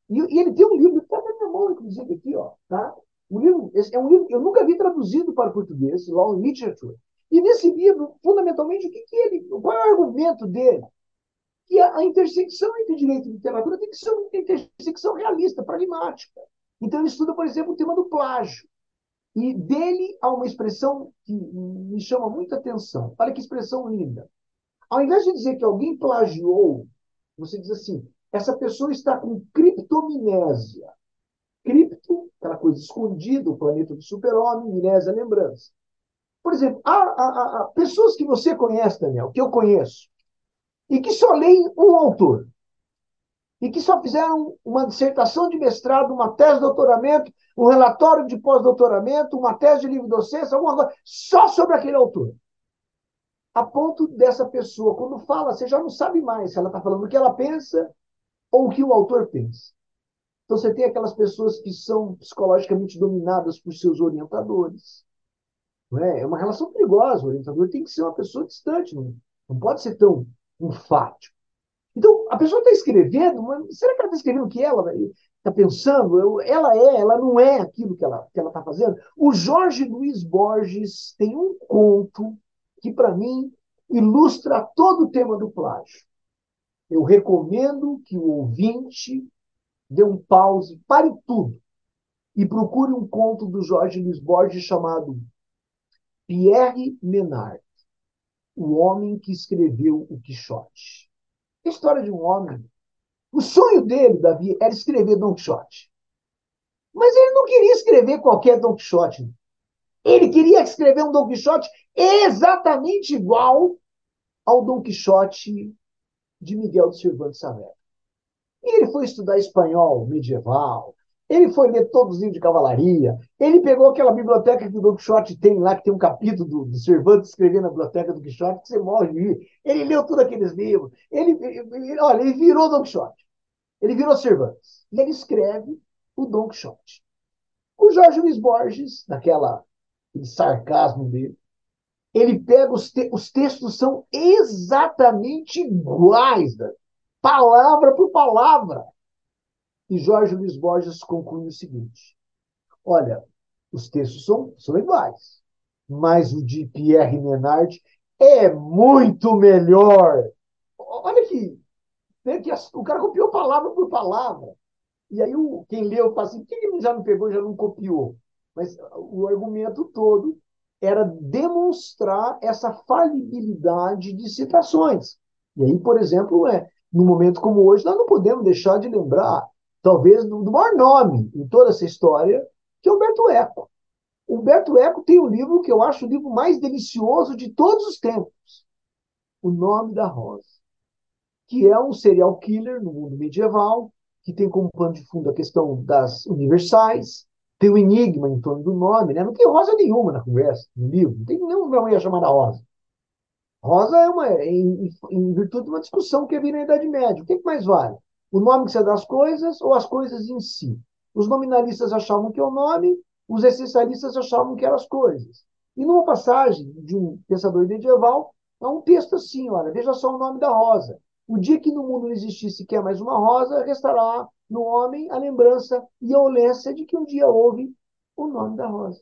E, e ele tem um livro que está na minha mão, inclusive, aqui, ó, tá? Um livro, esse é um livro que eu nunca vi traduzido para o português, Law and Literature. E nesse livro, fundamentalmente, o que, que ele, qual é o argumento dele? Que a, a intersecção entre direito e literatura tem que ser uma intersecção realista, pragmática. Então, ele estuda, por exemplo, o tema do plágio. E dele há uma expressão que me chama muita atenção. Olha que expressão linda. Ao invés de dizer que alguém plagiou, você diz assim, essa pessoa está com criptominésia. Cripto, aquela coisa escondida, o planeta do super-homem, minésia, lembrança. Por exemplo, há, há, há pessoas que você conhece, Daniel, que eu conheço, e que só leem um autor, e que só fizeram uma dissertação de mestrado, uma tese de doutoramento, um relatório de pós-doutoramento, uma tese de livre-docência, alguma coisa, só sobre aquele autor. A ponto dessa pessoa, quando fala, você já não sabe mais se ela está falando o que ela pensa ou o que o autor pensa. Então, você tem aquelas pessoas que são psicologicamente dominadas por seus orientadores. Não é? É uma relação perigosa. O orientador tem que ser uma pessoa distante, não, não pode ser tão enfático. Então, a pessoa está escrevendo, mas será que ela está escrevendo o que ela está pensando? Eu, ela é, ela não é aquilo que ela que ela está fazendo? O Jorge Luiz Borges tem um conto que, para mim, ilustra todo o tema do plágio. Eu recomendo que o ouvinte dê um pause, pare tudo e procure um conto do Jorge Luiz Borges chamado Pierre Menard, o homem que escreveu o Quixote. A história de um homem. O sonho dele, Davi, era escrever Don Quixote. Mas ele não queria escrever qualquer Don Quixote. Ele queria escrever um Don Quixote exatamente igual ao Don Quixote de Miguel de Cervantes Saavedra. E ele foi estudar espanhol medieval, ele foi ler todos os livros de cavalaria, ele pegou aquela biblioteca que o Don Quixote tem lá, que tem um capítulo do, do Cervantes escrevendo na biblioteca do Quixote, que você morre de rir. Ele leu todos aqueles livros. Ele, ele, olha, ele virou Don Quixote. Ele virou Cervantes. E ele escreve o Don Quixote. O Jorge Luiz Borges, naquela sarcasmo dele, ele pega os, te os textos são exatamente iguais, né? Palavra por palavra. E Jorge Luiz Borges conclui o seguinte: olha, os textos são, são iguais, mas o de Pierre Menard é muito melhor. Olha aqui, né, que o cara copiou palavra por palavra. E aí o, quem leu fala assim, por que ele já não pegou, já não copiou? Mas o argumento todo era demonstrar essa falibilidade de citações. E aí, por exemplo, é, num momento como hoje, nós não podemos deixar de lembrar, talvez, do, do maior nome em toda essa história, que é Humberto Eco. Humberto Eco tem um livro que eu acho o livro mais delicioso de todos os tempos, O Nome da Rosa, que é um serial killer no mundo medieval, que tem como pano de fundo a questão das universais, tem o enigma em torno do nome, né? Não tem rosa nenhuma na conversa, no livro, não tem nenhuma mulher chamada Rosa. Rosa é uma, em, em virtude de uma discussão que havia na Idade Média. O que, que mais vale? O nome que você dá às coisas ou as coisas em si? Os nominalistas achavam que é o nome, os essencialistas achavam que eram as coisas. E numa passagem de um pensador medieval, há um texto assim, olha, veja só o nome da rosa. O dia que no mundo não existisse sequer mais uma rosa, restará no homem a lembrança e a olência de que um dia houve o nome da rosa.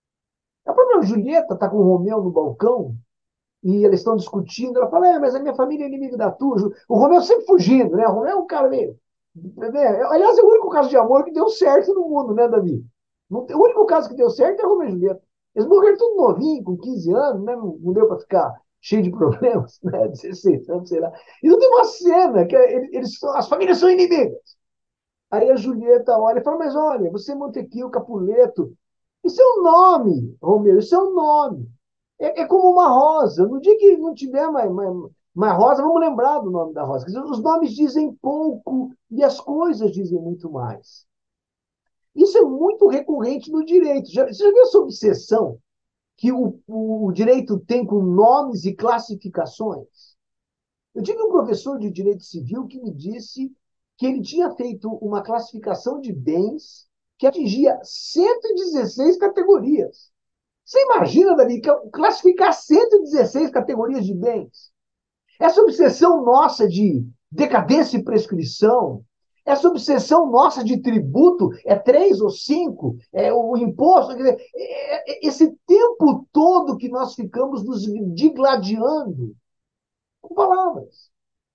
A própria Julieta está com o Romeu no balcão, e eles estão discutindo. Ela fala, é, mas a minha família é inimiga da tua. O Romeu sempre fugindo, né? O Romeu é um cara meio... Né? Aliás, é o único caso de amor que deu certo no mundo, né, Davi? O único caso que deu certo é o Romeu e Julieta. Eles morreram tudo novinho, com quinze anos, né? Não, não deu para ficar cheio de problemas, né? dezesseis anos, sei lá. E não tem uma cena que eles, as famílias são inimigas. Aí a Julieta olha e fala, mas olha, você é Montequio, Capuleto. Isso é um nome, Romeu, isso é um nome. É, é como uma rosa. No dia que não tiver mais, mais, mais rosa, vamos lembrar do nome da rosa. Quer dizer, os nomes dizem pouco e as coisas dizem muito mais. Isso é muito recorrente no direito. Já, você já viu essa obsessão que o, o, o direito tem com nomes e classificações? Eu tive um professor de direito civil que me disse que ele tinha feito uma classificação de bens que atingia cento e dezesseis categorias. Você imagina, Davi, classificar cento e dezesseis categorias de bens? Essa obsessão nossa de decadência e prescrição, Essa obsessão nossa de tributo é três ou cinco, é o imposto, quer dizer, é, é, esse tempo todo que nós ficamos nos digladiando com palavras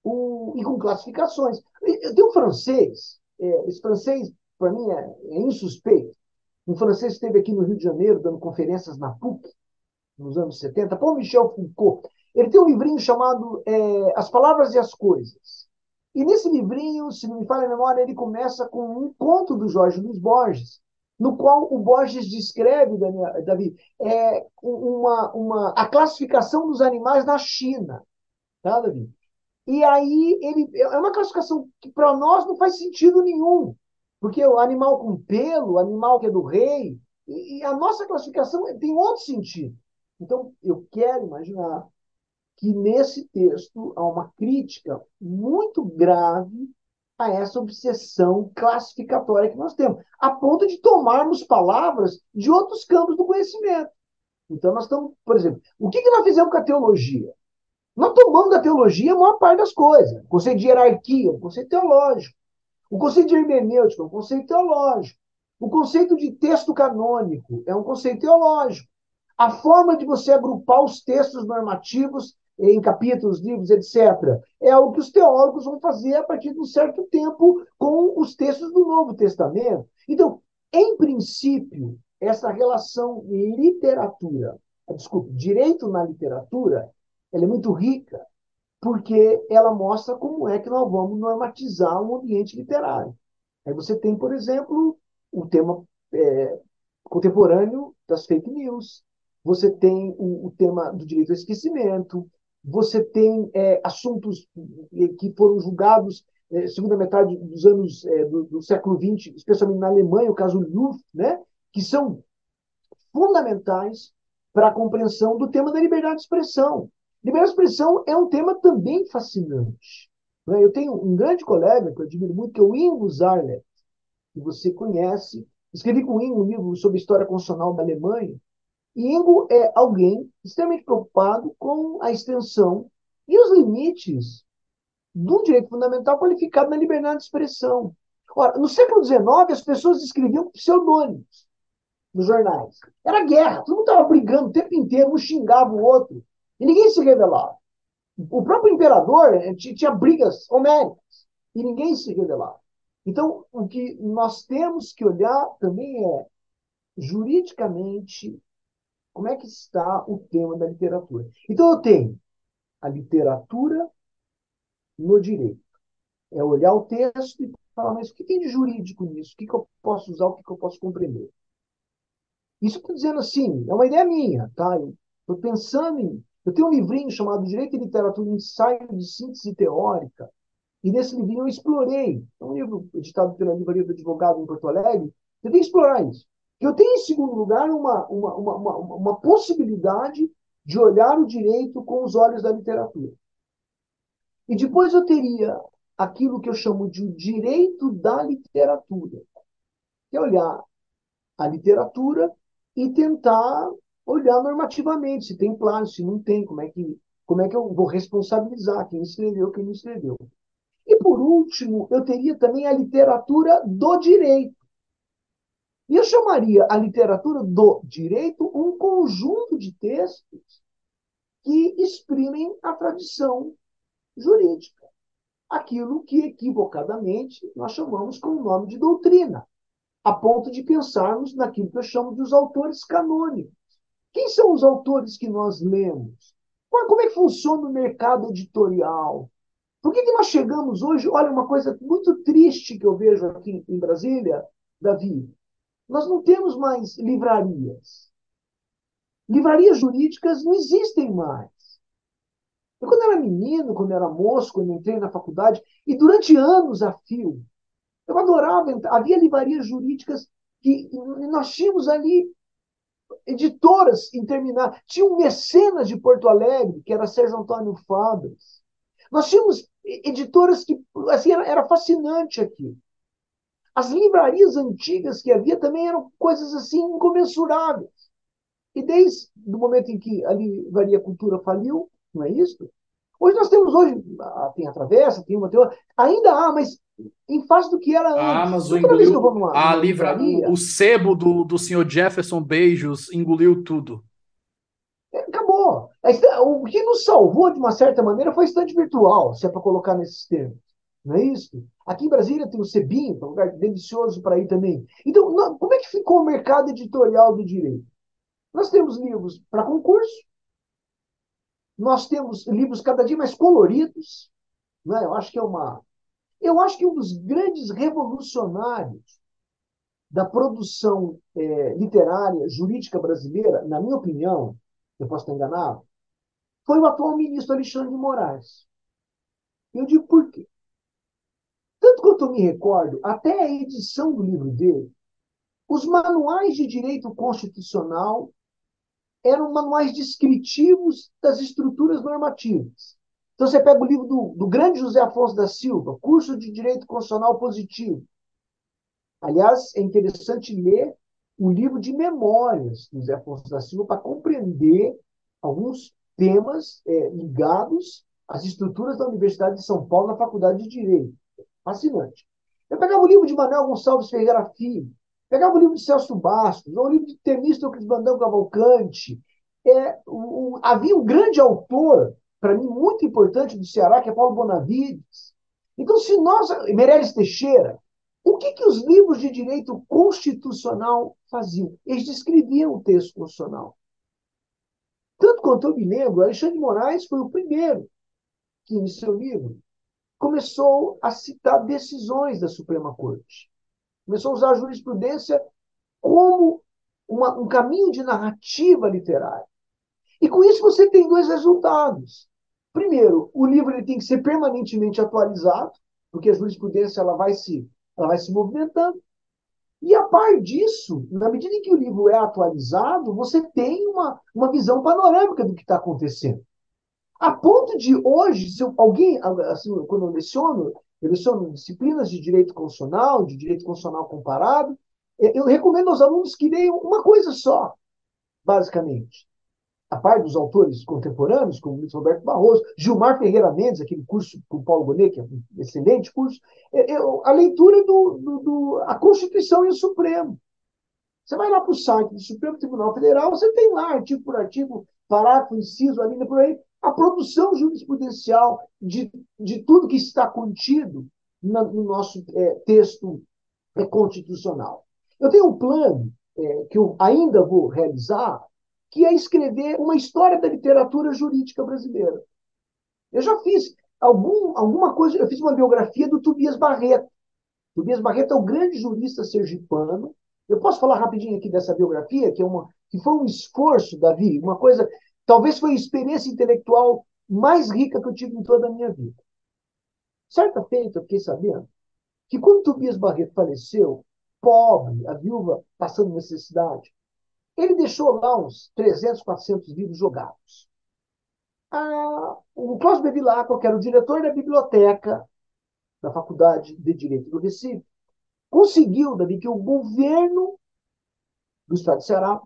o, e com classificações. Eu tenho um francês, é, esse francês, para mim, é, é insuspeito. Um francês esteve aqui no Rio de Janeiro dando conferências na P U C, nos anos setenta, Paul Michel Foucault. Ele tem um livrinho chamado é, As Palavras e as Coisas. E nesse livrinho, se não me falha a memória, ele começa com um conto do Jorge Luiz Borges, no qual o Borges descreve, Davi, é, uma, uma, a classificação dos animais na China. Tá, Davi? E aí ele é uma classificação que para nós não faz sentido nenhum, porque o animal com pelo, o animal que é do rei, e, e a nossa classificação tem outro sentido. Então, eu quero imaginar que nesse texto há uma crítica muito grave a essa obsessão classificatória que nós temos, a ponto de tomarmos palavras de outros campos do conhecimento. Então, nós estamos, por exemplo, o que, que nós fizemos com a teologia? Nós tomamos da teologia a maior parte das coisas. O conceito de hierarquia, o conceito teológico. O conceito de hermenêutica é um conceito teológico. O conceito de texto canônico é um conceito teológico. A forma de você agrupar os textos normativos em capítulos, livros, etcétera, é o que os teólogos vão fazer a partir de um certo tempo com os textos do Novo Testamento. Então, em princípio, essa relação literatura, desculpe, direito na literatura, ela é muito rica, porque ela mostra como é que nós vamos normatizar um ambiente literário. Aí você tem, por exemplo, o tema é, contemporâneo das fake news, você tem o, o tema do direito ao esquecimento, você tem é, assuntos que foram julgados é, segunda metade dos anos é, do, do século vinte, especialmente na Alemanha, o caso Luft, né, que são fundamentais para a compreensão do tema da liberdade de expressão. Liberdade de expressão é um tema também fascinante. Né? Eu tenho um grande colega que eu admiro muito, que é o Ingo Zarlett, que você conhece. Escrevi com o Ingo um livro sobre história constitucional da Alemanha. E Ingo é alguém extremamente preocupado com a extensão e os limites do direito fundamental qualificado na liberdade de expressão. Ora, no século dezenove, as pessoas escreviam pseudônimos nos jornais. Era guerra, todo mundo estava brigando o tempo inteiro, um xingava o outro, e ninguém se revelava. O próprio imperador tinha brigas homéricas, e ninguém se revelava. Então, o que nós temos que olhar também é, juridicamente, como é que está o tema da literatura. Então, eu tenho a literatura no direito. É olhar o texto e falar, mas o que tem de jurídico nisso? O que, que eu posso usar, o que, que eu posso compreender? Isso estou dizendo assim, é uma ideia minha, tá? Eu estou pensando em. Eu tenho um livrinho chamado Direito e Literatura, Ensaio de Síntese Teórica, e nesse livrinho eu explorei. É um livro editado pela Livraria do Advogado em Porto Alegre. Eu tenho que explorar isso. Eu tenho, em segundo lugar, uma, uma, uma, uma, uma possibilidade de olhar o direito com os olhos da literatura. E depois eu teria aquilo que eu chamo de o direito da literatura, que é olhar a literatura e tentar olhar normativamente se tem plágio, se não tem, como é que, como é que eu vou responsabilizar quem escreveu, quem não escreveu. E, por último, eu teria também a literatura do direito. E eu chamaria a literatura do direito um conjunto de textos que exprimem a tradição jurídica. Aquilo que, equivocadamente, nós chamamos com o nome de doutrina, a ponto de pensarmos naquilo que eu chamo de os autores canônicos. Quem são os autores que nós lemos? Como é que funciona o mercado editorial? Por que, que nós chegamos hoje? Olha, uma coisa muito triste que eu vejo aqui em Brasília, Davi. Nós não temos mais livrarias. Livrarias jurídicas não existem mais. Eu, quando era menino, quando era moço, quando entrei na faculdade, e durante anos a fio, eu adorava entrar. Havia livrarias jurídicas que nós tínhamos ali editoras intermináveis. Tinha um mecenas de Porto Alegre, que era Sérgio Antônio Fabres. Nós tínhamos editoras que, assim, era, era fascinante aqui. As livrarias antigas que havia também eram coisas assim incomensuráveis. E desde o momento em que a Livraria Cultura faliu, não é isso? Hoje nós temos, hoje, tem a Travessa, tem uma, tem outra, ainda há, mas em face do que era
A
antes.
Amazon
Então, toda vez que eu vou
engoliu
numa,
a
numa
livra, o,
livraria,
o sebo do, do senhor Jefferson Beijos engoliu tudo.
acabou. A esta- O que nos salvou, de uma certa maneira, foi a estante virtual, se é para colocar nesses termos. Não é isso? Aqui em Brasília tem o Sebim, que é um lugar delicioso para ir também. Então, nó- como é que ficou o mercado editorial do direito? Nós temos livros para concurso, nós temos livros cada dia mais coloridos, não é? Eu acho que é uma. Eu acho que um dos grandes revolucionários da produção eh, literária, jurídica brasileira, na minha opinião, eu posso estar enganado, foi o atual ministro Alexandre de Moraes. Eu digo por quê? Tanto quanto eu me recordo, até a edição do livro dele, os manuais de direito constitucional eram manuais descritivos das estruturas normativas. Então, você pega o livro do, do grande José Afonso da Silva, Curso de Direito Constitucional Positivo. Aliás, é interessante ler o livro de memórias do José Afonso da Silva para compreender alguns temas é, ligados às estruturas da Universidade de São Paulo na Faculdade de Direito. Fascinante. Eu pegava o livro de Manuel Gonçalves Ferreira Filho, pegava o livro de Celso Bastos, o livro de Temístocles Brandão Cavalcante. É, o, o, havia um grande autor, para mim, muito importante do Ceará, que é Paulo Bonavides. Então, se nós. Meirelles Teixeira. O que, que os livros de direito constitucional faziam? Eles descreviam o texto constitucional. Tanto quanto eu me lembro, Alexandre de Moraes foi o primeiro que, em seu livro, começou a citar decisões da Suprema Corte. Começou a usar a jurisprudência como uma, um caminho de narrativa literária. E com isso você tem dois resultados. Primeiro, o livro ele tem que ser permanentemente atualizado, porque a jurisprudência ela vai se, ela vai se movimentando. E a par disso, na medida em que o livro é atualizado, você tem uma, uma visão panorâmica do que está acontecendo. A ponto de hoje, se eu, alguém, assim, quando eu leciono, eu leciono disciplinas de direito constitucional, de direito constitucional comparado, eu recomendo aos alunos que leiam uma coisa só, basicamente. A par dos autores contemporâneos, como Luiz Roberto Barroso, Gilmar Ferreira Mendes, aquele curso com o Paulo Bonet, que é um excelente curso, a leitura do, do, do a Constituição e o Supremo. Você vai lá para o site do Supremo Tribunal Federal, você tem lá, artigo por artigo, parágrafo, inciso, ali, por aí, a produção jurisprudencial de, de tudo que está contido na, no nosso é, texto é, constitucional. Eu tenho um plano é, que eu ainda vou realizar, que é escrever uma história da literatura jurídica brasileira. Eu já fiz algum, alguma coisa, eu fiz uma biografia do Tobias Barreto. Tobias Barreto é o grande jurista sergipano. Eu posso falar rapidinho aqui dessa biografia, que, é uma, que foi um esforço, Davi, uma coisa, talvez foi a experiência intelectual mais rica que eu tive em toda a minha vida. Certa feita, eu fiquei sabendo que quando Tobias Barreto faleceu, pobre, a viúva passando necessidade, ele deixou lá uns trezentos, quatrocentos livros jogados. Ah, o Cláudio Bevilacqua, que era o diretor da biblioteca da Faculdade de Direito do Recife, conseguiu, Davi, que o governo do estado de Ceará,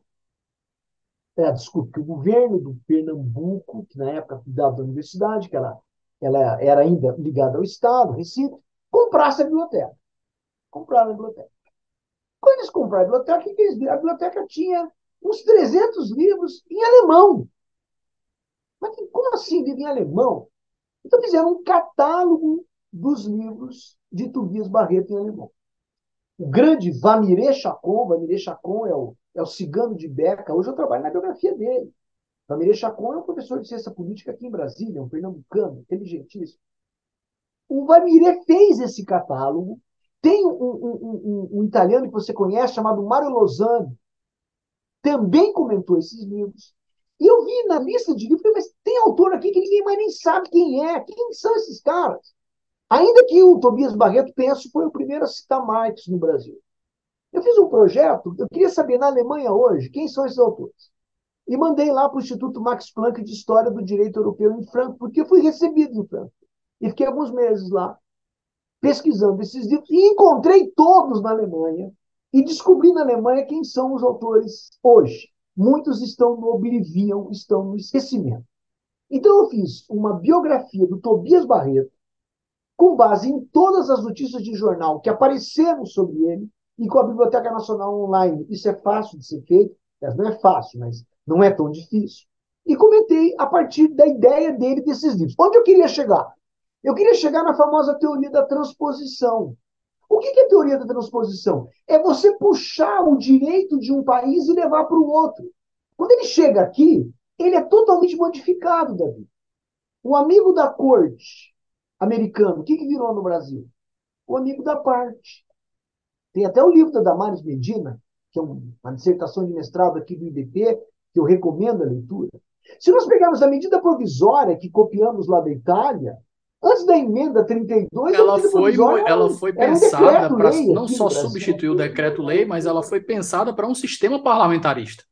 é, desculpe, que o governo do Pernambuco, que na época cuidava da universidade, que ela, ela era ainda ligada ao estado, Recife, comprasse a biblioteca. Compraram a biblioteca. Quando eles compraram a biblioteca, o que eles viram? A biblioteca tinha uns trezentos livros em alemão. Mas como assim livro em alemão? Então fizeram um catálogo dos livros de Tobias Barreto em alemão. O grande Vamiré Chacon, Vamiré Chacon é o, é o cigano de Beca, hoje eu trabalho na biografia dele. Vamiré Chacon é um professor de ciência política aqui em Brasília, um pernambucano, inteligentíssimo. O Vamiré fez esse catálogo. Tem um, um, um, um, um italiano que você conhece, chamado Mario Lozano, também comentou esses livros. E eu vi na lista de livros, mas tem autor aqui que ninguém mais nem sabe quem é. Quem são esses caras? Ainda que o Tobias Barreto, penso, foi o primeiro a citar Marx no Brasil. Eu fiz um projeto, eu queria saber na Alemanha hoje quem são esses autores. E mandei lá para o Instituto Max Planck de História do Direito Europeu em Frankfurt, porque eu fui recebido em Frankfurt. E fiquei alguns meses lá, pesquisando esses livros, e encontrei todos na Alemanha, e descobri na Alemanha quem são os autores hoje. Muitos estão no oblivion, estão no esquecimento. Então eu fiz uma biografia do Tobias Barreto, com base em todas as notícias de jornal que apareceram sobre ele e com a Biblioteca Nacional Online. Isso é fácil de ser feito, não é fácil, mas não é tão difícil. E comentei a partir da ideia dele desses livros. Onde eu queria chegar? Eu queria chegar na famosa teoria da transposição. O que é a teoria da transposição? É você puxar o direito de um país e levar para o outro. Quando ele chega aqui, ele é totalmente modificado, Davi. O amigo da corte americano, o que, que virou no Brasil? O amigo da parte. Tem até o livro da Damares Medina, que é uma dissertação de mestrado aqui do I D P, que eu recomendo a leitura. Se nós pegarmos a medida provisória que copiamos lá da Itália, antes da emenda trinta e dois, a
Ela
medida
foi,
provisória
ela
era,
foi
era um
pensada para
decreto-lei
não
aqui
só
no Brasil.
substituir o decreto-lei, mas ela foi pensada para um sistema parlamentarista.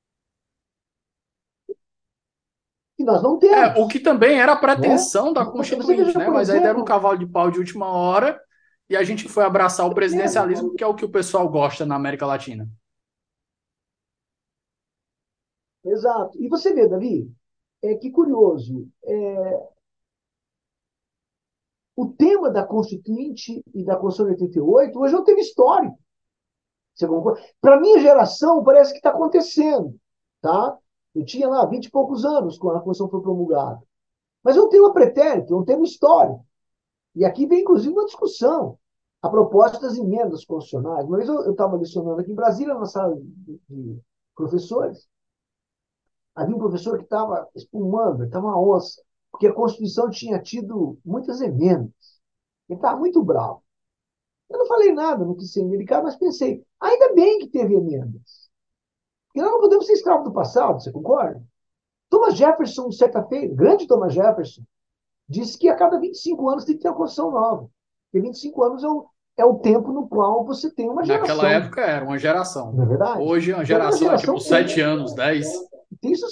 Que nós não
É, o
temos.
que também era a
Né?
pretensão da
Você, você
Constituinte,
veja,
né?
por
Mas aí deram um
exemplo,
cavalo de pau de última hora e a gente foi abraçar o presidencialismo, que é o que o pessoal gosta na América Latina.
exato. E você vê, Davi, é, que curioso, é, o tema da Constituinte e da Constituição de oitenta e oito hoje é um tema histórico. Para a minha geração, parece que está acontecendo. Tá? Eu tinha lá vinte e poucos anos quando a Constituição foi promulgada. Mas é um tema pretérito, é um tema histórico. E aqui vem, inclusive, uma discussão a propósito das emendas constitucionais. Uma vez eu estava lecionando aqui em Brasília, na sala de, de professores. Havia um professor que estava espumando, estava uma onça, porque a Constituição tinha tido muitas emendas. Ele estava muito bravo. Eu não falei nada, não quis ser indelicado, mas pensei, ainda bem que teve emendas. Porque nós não podemos ser escravos do passado, você concorda? Thomas Jefferson, certa feita, grande Thomas Jefferson, disse que a cada vinte e cinco anos tem que ter uma Constituição nova. Porque vinte e cinco anos é o, é o tempo no qual você tem uma
Naquela
geração.
época era uma geração.
Não é verdade?
Hoje, uma
Então, uma
geração é
geração
tipo
tem,
sete anos, dez.
tem isso,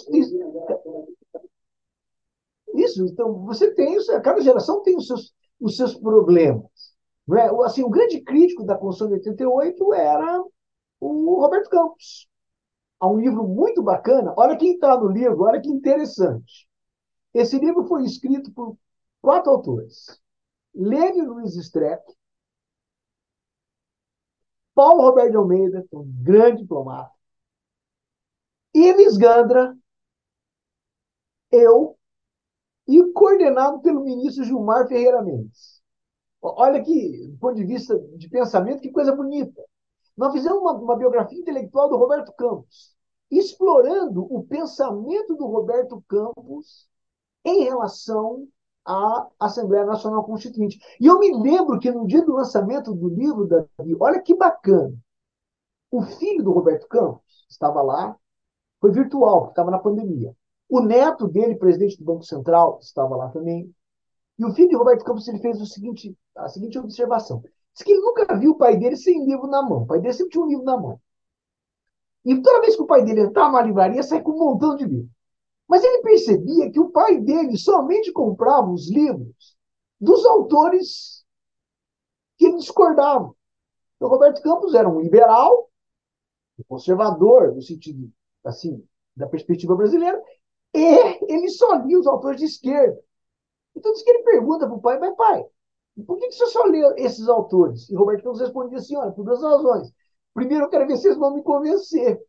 isso. Então, você tem isso, cada geração tem os seus, os seus problemas. Não é? Assim, o grande crítico da Constituição de oitenta e oito era o Roberto Campos. Há um livro muito bacana. Olha quem está no livro, olha que interessante. Esse livro foi escrito por quatro autores. Lênio Luiz Streck, Paulo Roberto de Almeida, que é um grande diplomata, Ives Gandra, eu, e coordenado pelo ministro Gilmar Ferreira Mendes. Olha que, do ponto de vista de pensamento, que coisa bonita. Nós fizemos uma, uma biografia intelectual do Roberto Campos, explorando o pensamento do Roberto Campos em relação à Assembleia Nacional Constituinte. E eu me lembro que no dia do lançamento do livro, Davi, olha que bacana, o filho do Roberto Campos estava lá, foi virtual, porque estava na pandemia. O neto dele, presidente do Banco Central, estava lá também. E o filho de Roberto Campos ele fez o seguinte, a seguinte observação. Diz que ele nunca viu o pai dele sem livro na mão. O pai dele sempre tinha um livro na mão. E toda vez que o pai dele entrava numa livraria, saia com um montão de livros. Mas ele percebia que o pai dele somente comprava os livros dos autores que ele discordava. Então, Roberto Campos era um liberal, um conservador, no sentido assim, da perspectiva brasileira, e ele só lia os autores de esquerda. Então, diz que ele pergunta para o pai, mas pai, por que, que você só lê esses autores? E Roberto Campos respondia assim, olha, por duas razões. Primeiro, eu quero ver se vocês vão me convencer.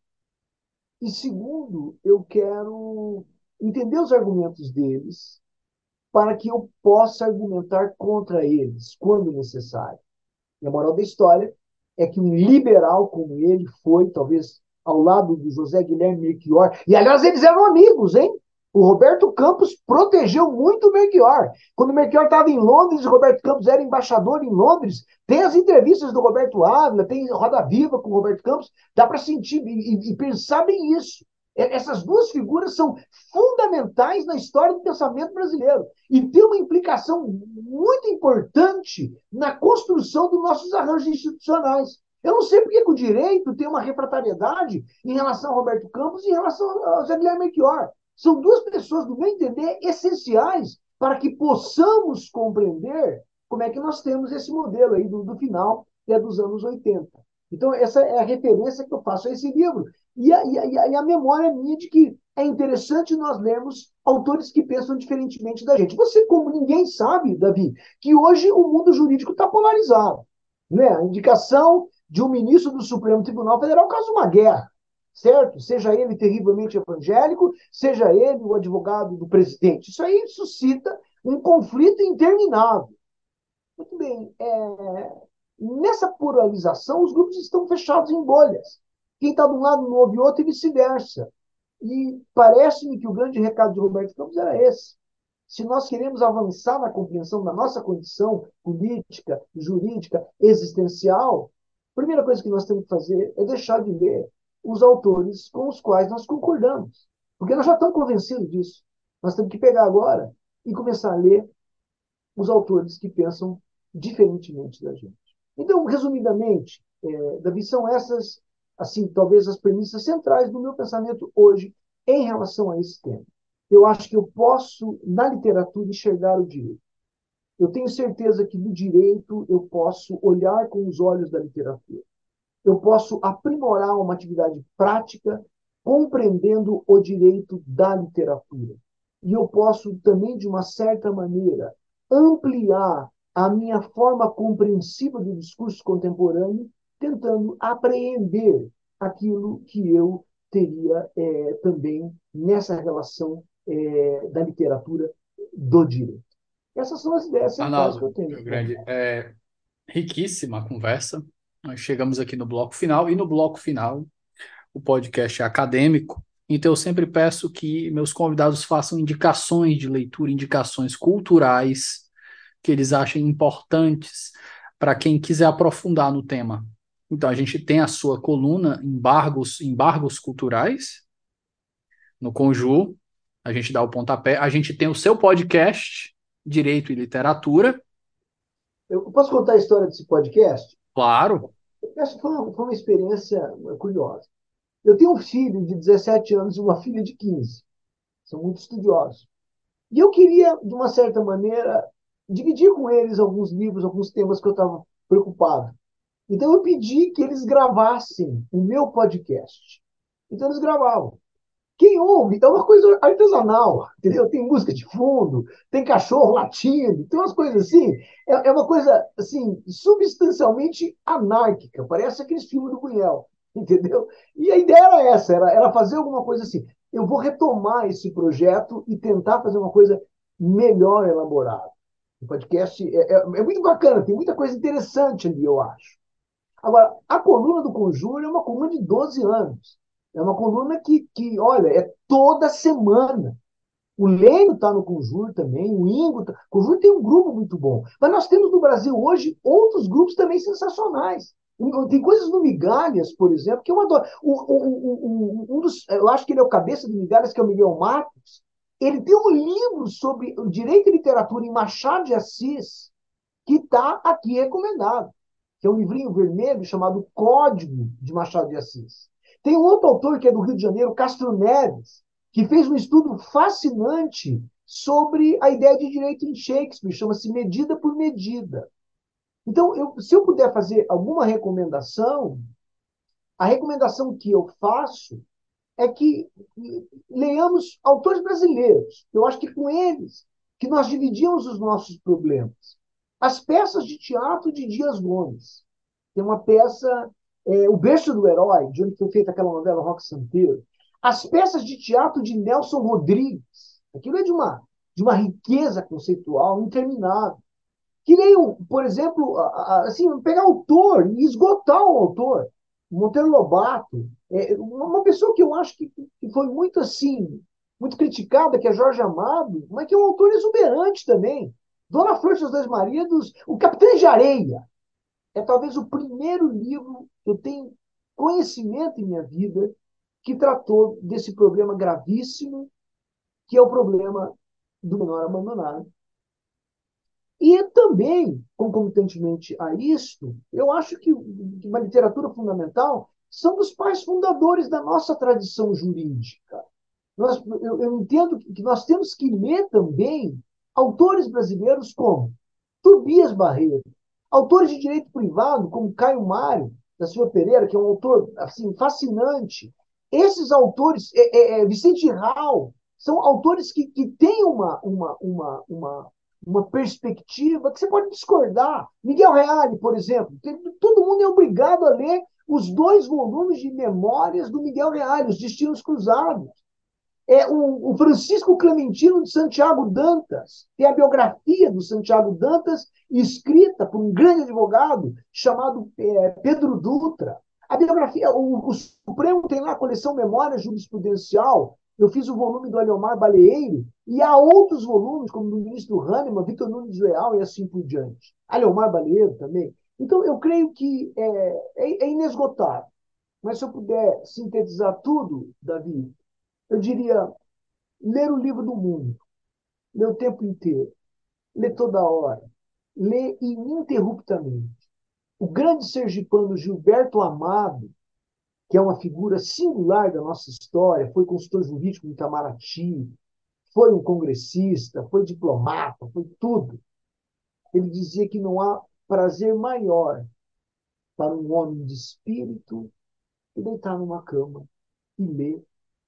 E segundo, eu quero entender os argumentos deles para que eu possa argumentar contra eles, quando necessário. E a moral da história é que um liberal como ele foi, talvez ao lado do José Guilherme Melchior, e aliás eles eram amigos, hein? O Roberto Campos protegeu muito o Melchior. Quando o Melchior estava em Londres, o Roberto Campos era embaixador em Londres. Tem as entrevistas do Roberto Ávila, tem Roda Viva com o Roberto Campos. Dá para sentir e, e pensar bem isso. Essas duas figuras são fundamentais na história do pensamento brasileiro e tem uma implicação muito importante na construção dos nossos arranjos institucionais. Eu não sei por que o direito tem uma refratariedade em relação ao Roberto Campos e em relação ao Zé Guilherme Melchior. São duas pessoas, do meu entender, essenciais para que possamos compreender como é que nós temos esse modelo aí do, do final que é dos anos oitenta. Então, essa é a referência que eu faço a esse livro. E a, e a, e a memória minha de que é interessante nós lermos autores que pensam diferentemente da gente. Você, como ninguém sabe, Davi, que hoje o mundo jurídico está polarizado. Né? A indicação de um ministro do Supremo Tribunal Federal causa uma guerra, certo? Seja ele terrivelmente evangélico, seja ele o advogado do presidente. Isso aí suscita um conflito interminável. Muito bem. É... Nessa pluralização, os grupos estão fechados em bolhas. Quem está de um lado não ouve outro e vice-versa. E parece-me que o grande recado de Roberto Campos era esse. Se nós queremos avançar na compreensão da nossa condição política, jurídica, existencial, a primeira coisa que nós temos que fazer é deixar de ler os autores com os quais nós concordamos. Porque nós já estamos convencidos disso. Nós temos que pegar agora e começar a ler os autores que pensam diferentemente da gente. Então, resumidamente, é, Davi, são essas, assim, talvez as premissas centrais do meu pensamento hoje em relação a esse tema. Eu acho que eu posso, na literatura, enxergar o direito. Eu tenho certeza que no direito eu posso olhar com os olhos da literatura. Eu posso aprimorar uma atividade prática compreendendo o direito da literatura. E eu posso também, de uma certa maneira, ampliar a minha forma compreensiva do discurso contemporâneo, tentando apreender aquilo que eu teria é, também nessa relação é, da literatura do direito. Essas são as ideias centrais que eu
Arnaldo,
tenho.
meu grande, é riquíssima a conversa. Nós chegamos aqui no bloco final, e no bloco final, o podcast é acadêmico, então eu sempre peço que meus convidados façam indicações de leitura, indicações culturais que eles achem importantes para quem quiser aprofundar no tema. Então, a gente tem a sua coluna Embargos, Embargos Culturais, no Conjur, a gente dá o pontapé. A gente tem o seu podcast, Direito e Literatura,
Eu posso contar a história desse podcast?
claro.
Essa foi uma, foi uma experiência curiosa. Eu tenho um filho de dezessete anos e uma filha de quinze. São muito estudiosos. E eu queria, de uma certa maneira, dividir com eles alguns livros, alguns temas que eu estava preocupado. Então eu pedi que eles gravassem o meu podcast. Então eles gravavam. Quem ouve é uma coisa artesanal, entendeu? Tem música de fundo, tem cachorro latindo, tem umas coisas assim. É, é uma coisa, assim, substancialmente anárquica. Parece aqueles filmes do Buñuel, entendeu? E a ideia era essa, era, era fazer alguma coisa assim. Eu vou retomar esse projeto e tentar fazer uma coisa melhor elaborada. O podcast é, é, é muito bacana, tem muita coisa interessante ali, eu acho. Agora, a coluna do Conjuro é uma coluna de doze anos. É uma coluna que, que olha, é toda semana. O Lênio está no Conjur também, o Ingo. Tá... O Conjur tem um grupo muito bom. Mas nós temos no Brasil hoje outros grupos também sensacionais. Tem coisas no Migalhas, por exemplo, que eu adoro. Um, um, um, um dos, eu acho que ele é o cabeça do Migalhas, que é o Miguel Matos. Ele tem um livro sobre o direito e literatura em Machado de Assis, que está aqui recomendado, que é um livrinho vermelho chamado Código de Machado de Assis. Tem um outro autor que é do Rio de Janeiro, Castro Neves, que fez um estudo fascinante sobre a ideia de direito em Shakespeare, chama-se Medida por Medida. Então, eu, se eu puder fazer alguma recomendação, a recomendação que eu faço é que leiamos autores brasileiros. Eu acho que com eles que nós dividimos os nossos problemas. As peças de teatro de Dias Gomes. Tem uma peça, é, O Berço do Herói, de onde foi feita aquela novela Roque Santeiro. As peças de teatro de Nelson Rodrigues. Aquilo é de uma, de uma riqueza conceitual interminável. Que leiam, por exemplo, assim, pegar autor e esgotar o autor. Monteiro Lobato, é, uma pessoa que eu acho que, que foi muito assim, muito criticada, que é Jorge Amado, mas que é um autor exuberante também. Dona Flor das Dois Maridos, O Capitão de Areia. É talvez o primeiro livro que eu tenho conhecimento em minha vida que tratou desse problema gravíssimo, que é o problema do menor abandonado. E também, concomitantemente a isto, eu acho que uma literatura fundamental são os pais fundadores da nossa tradição jurídica. Nós, eu, eu entendo que nós temos que ler também autores brasileiros como Tobias Barreto, autores de direito privado como Caio Mário da Silva Pereira, que é um autor assim fascinante, esses autores, é, é, Vicente Hall, são autores que, que têm uma, uma, uma, uma, uma perspectiva que você pode discordar. Miguel Reale, por exemplo, tem, todo mundo é obrigado a ler os dois volumes de memórias do Miguel Reale, Os Destinos Cruzados. É o, o Francisco Clementino de Santiago Dantas, tem a biografia do Santiago Dantas, escrita por um grande advogado chamado é, Pedro Dutra. A biografia, o, o Supremo tem lá a coleção Memória Jurisprudencial. Eu fiz o volume do Aliomar Baleeiro, e há outros volumes, como do ministro Hahnemann, Vitor Nunes Leal e assim por diante. Aliomar Baleeiro também. Então, eu creio que é, é, é inesgotável. Mas se eu puder sintetizar tudo, Davi, eu diria ler o livro do mundo, ler o tempo inteiro, ler toda hora, ler ininterruptamente. O grande sergipano Gilberto Amado, que é uma figura singular da nossa história, foi consultor jurídico em Itamaraty, foi um congressista, foi diplomata, foi tudo. Ele dizia que não há prazer maior para um homem de espírito que deitar numa cama e ler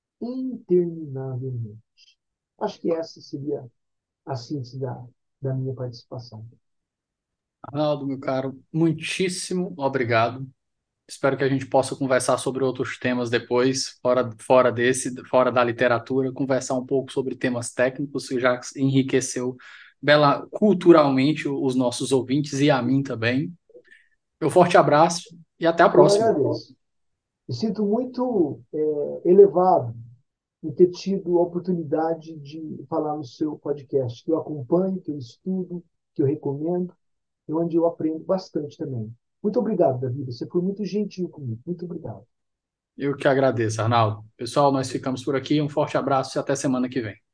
interminavelmente. Acho que essa seria a síntese da, da minha participação.
Arnaldo, meu caro, muitíssimo obrigado. Espero que a gente possa conversar sobre outros temas depois, fora, fora desse, fora da literatura, conversar um pouco sobre temas técnicos, que já enriqueceu bela, culturalmente os nossos ouvintes e a mim também. Um forte abraço e até a
Eu
próxima.
agradeço. Me sinto muito é, elevado em ter tido a oportunidade de falar no seu podcast, que eu acompanho, que eu estudo, que eu recomendo, e onde eu aprendo bastante também. Muito obrigado, Davi. Você foi muito gentil comigo. Muito obrigado.
Eu que agradeço, Arnaldo. Pessoal, nós ficamos por aqui. Um forte abraço e até semana que vem.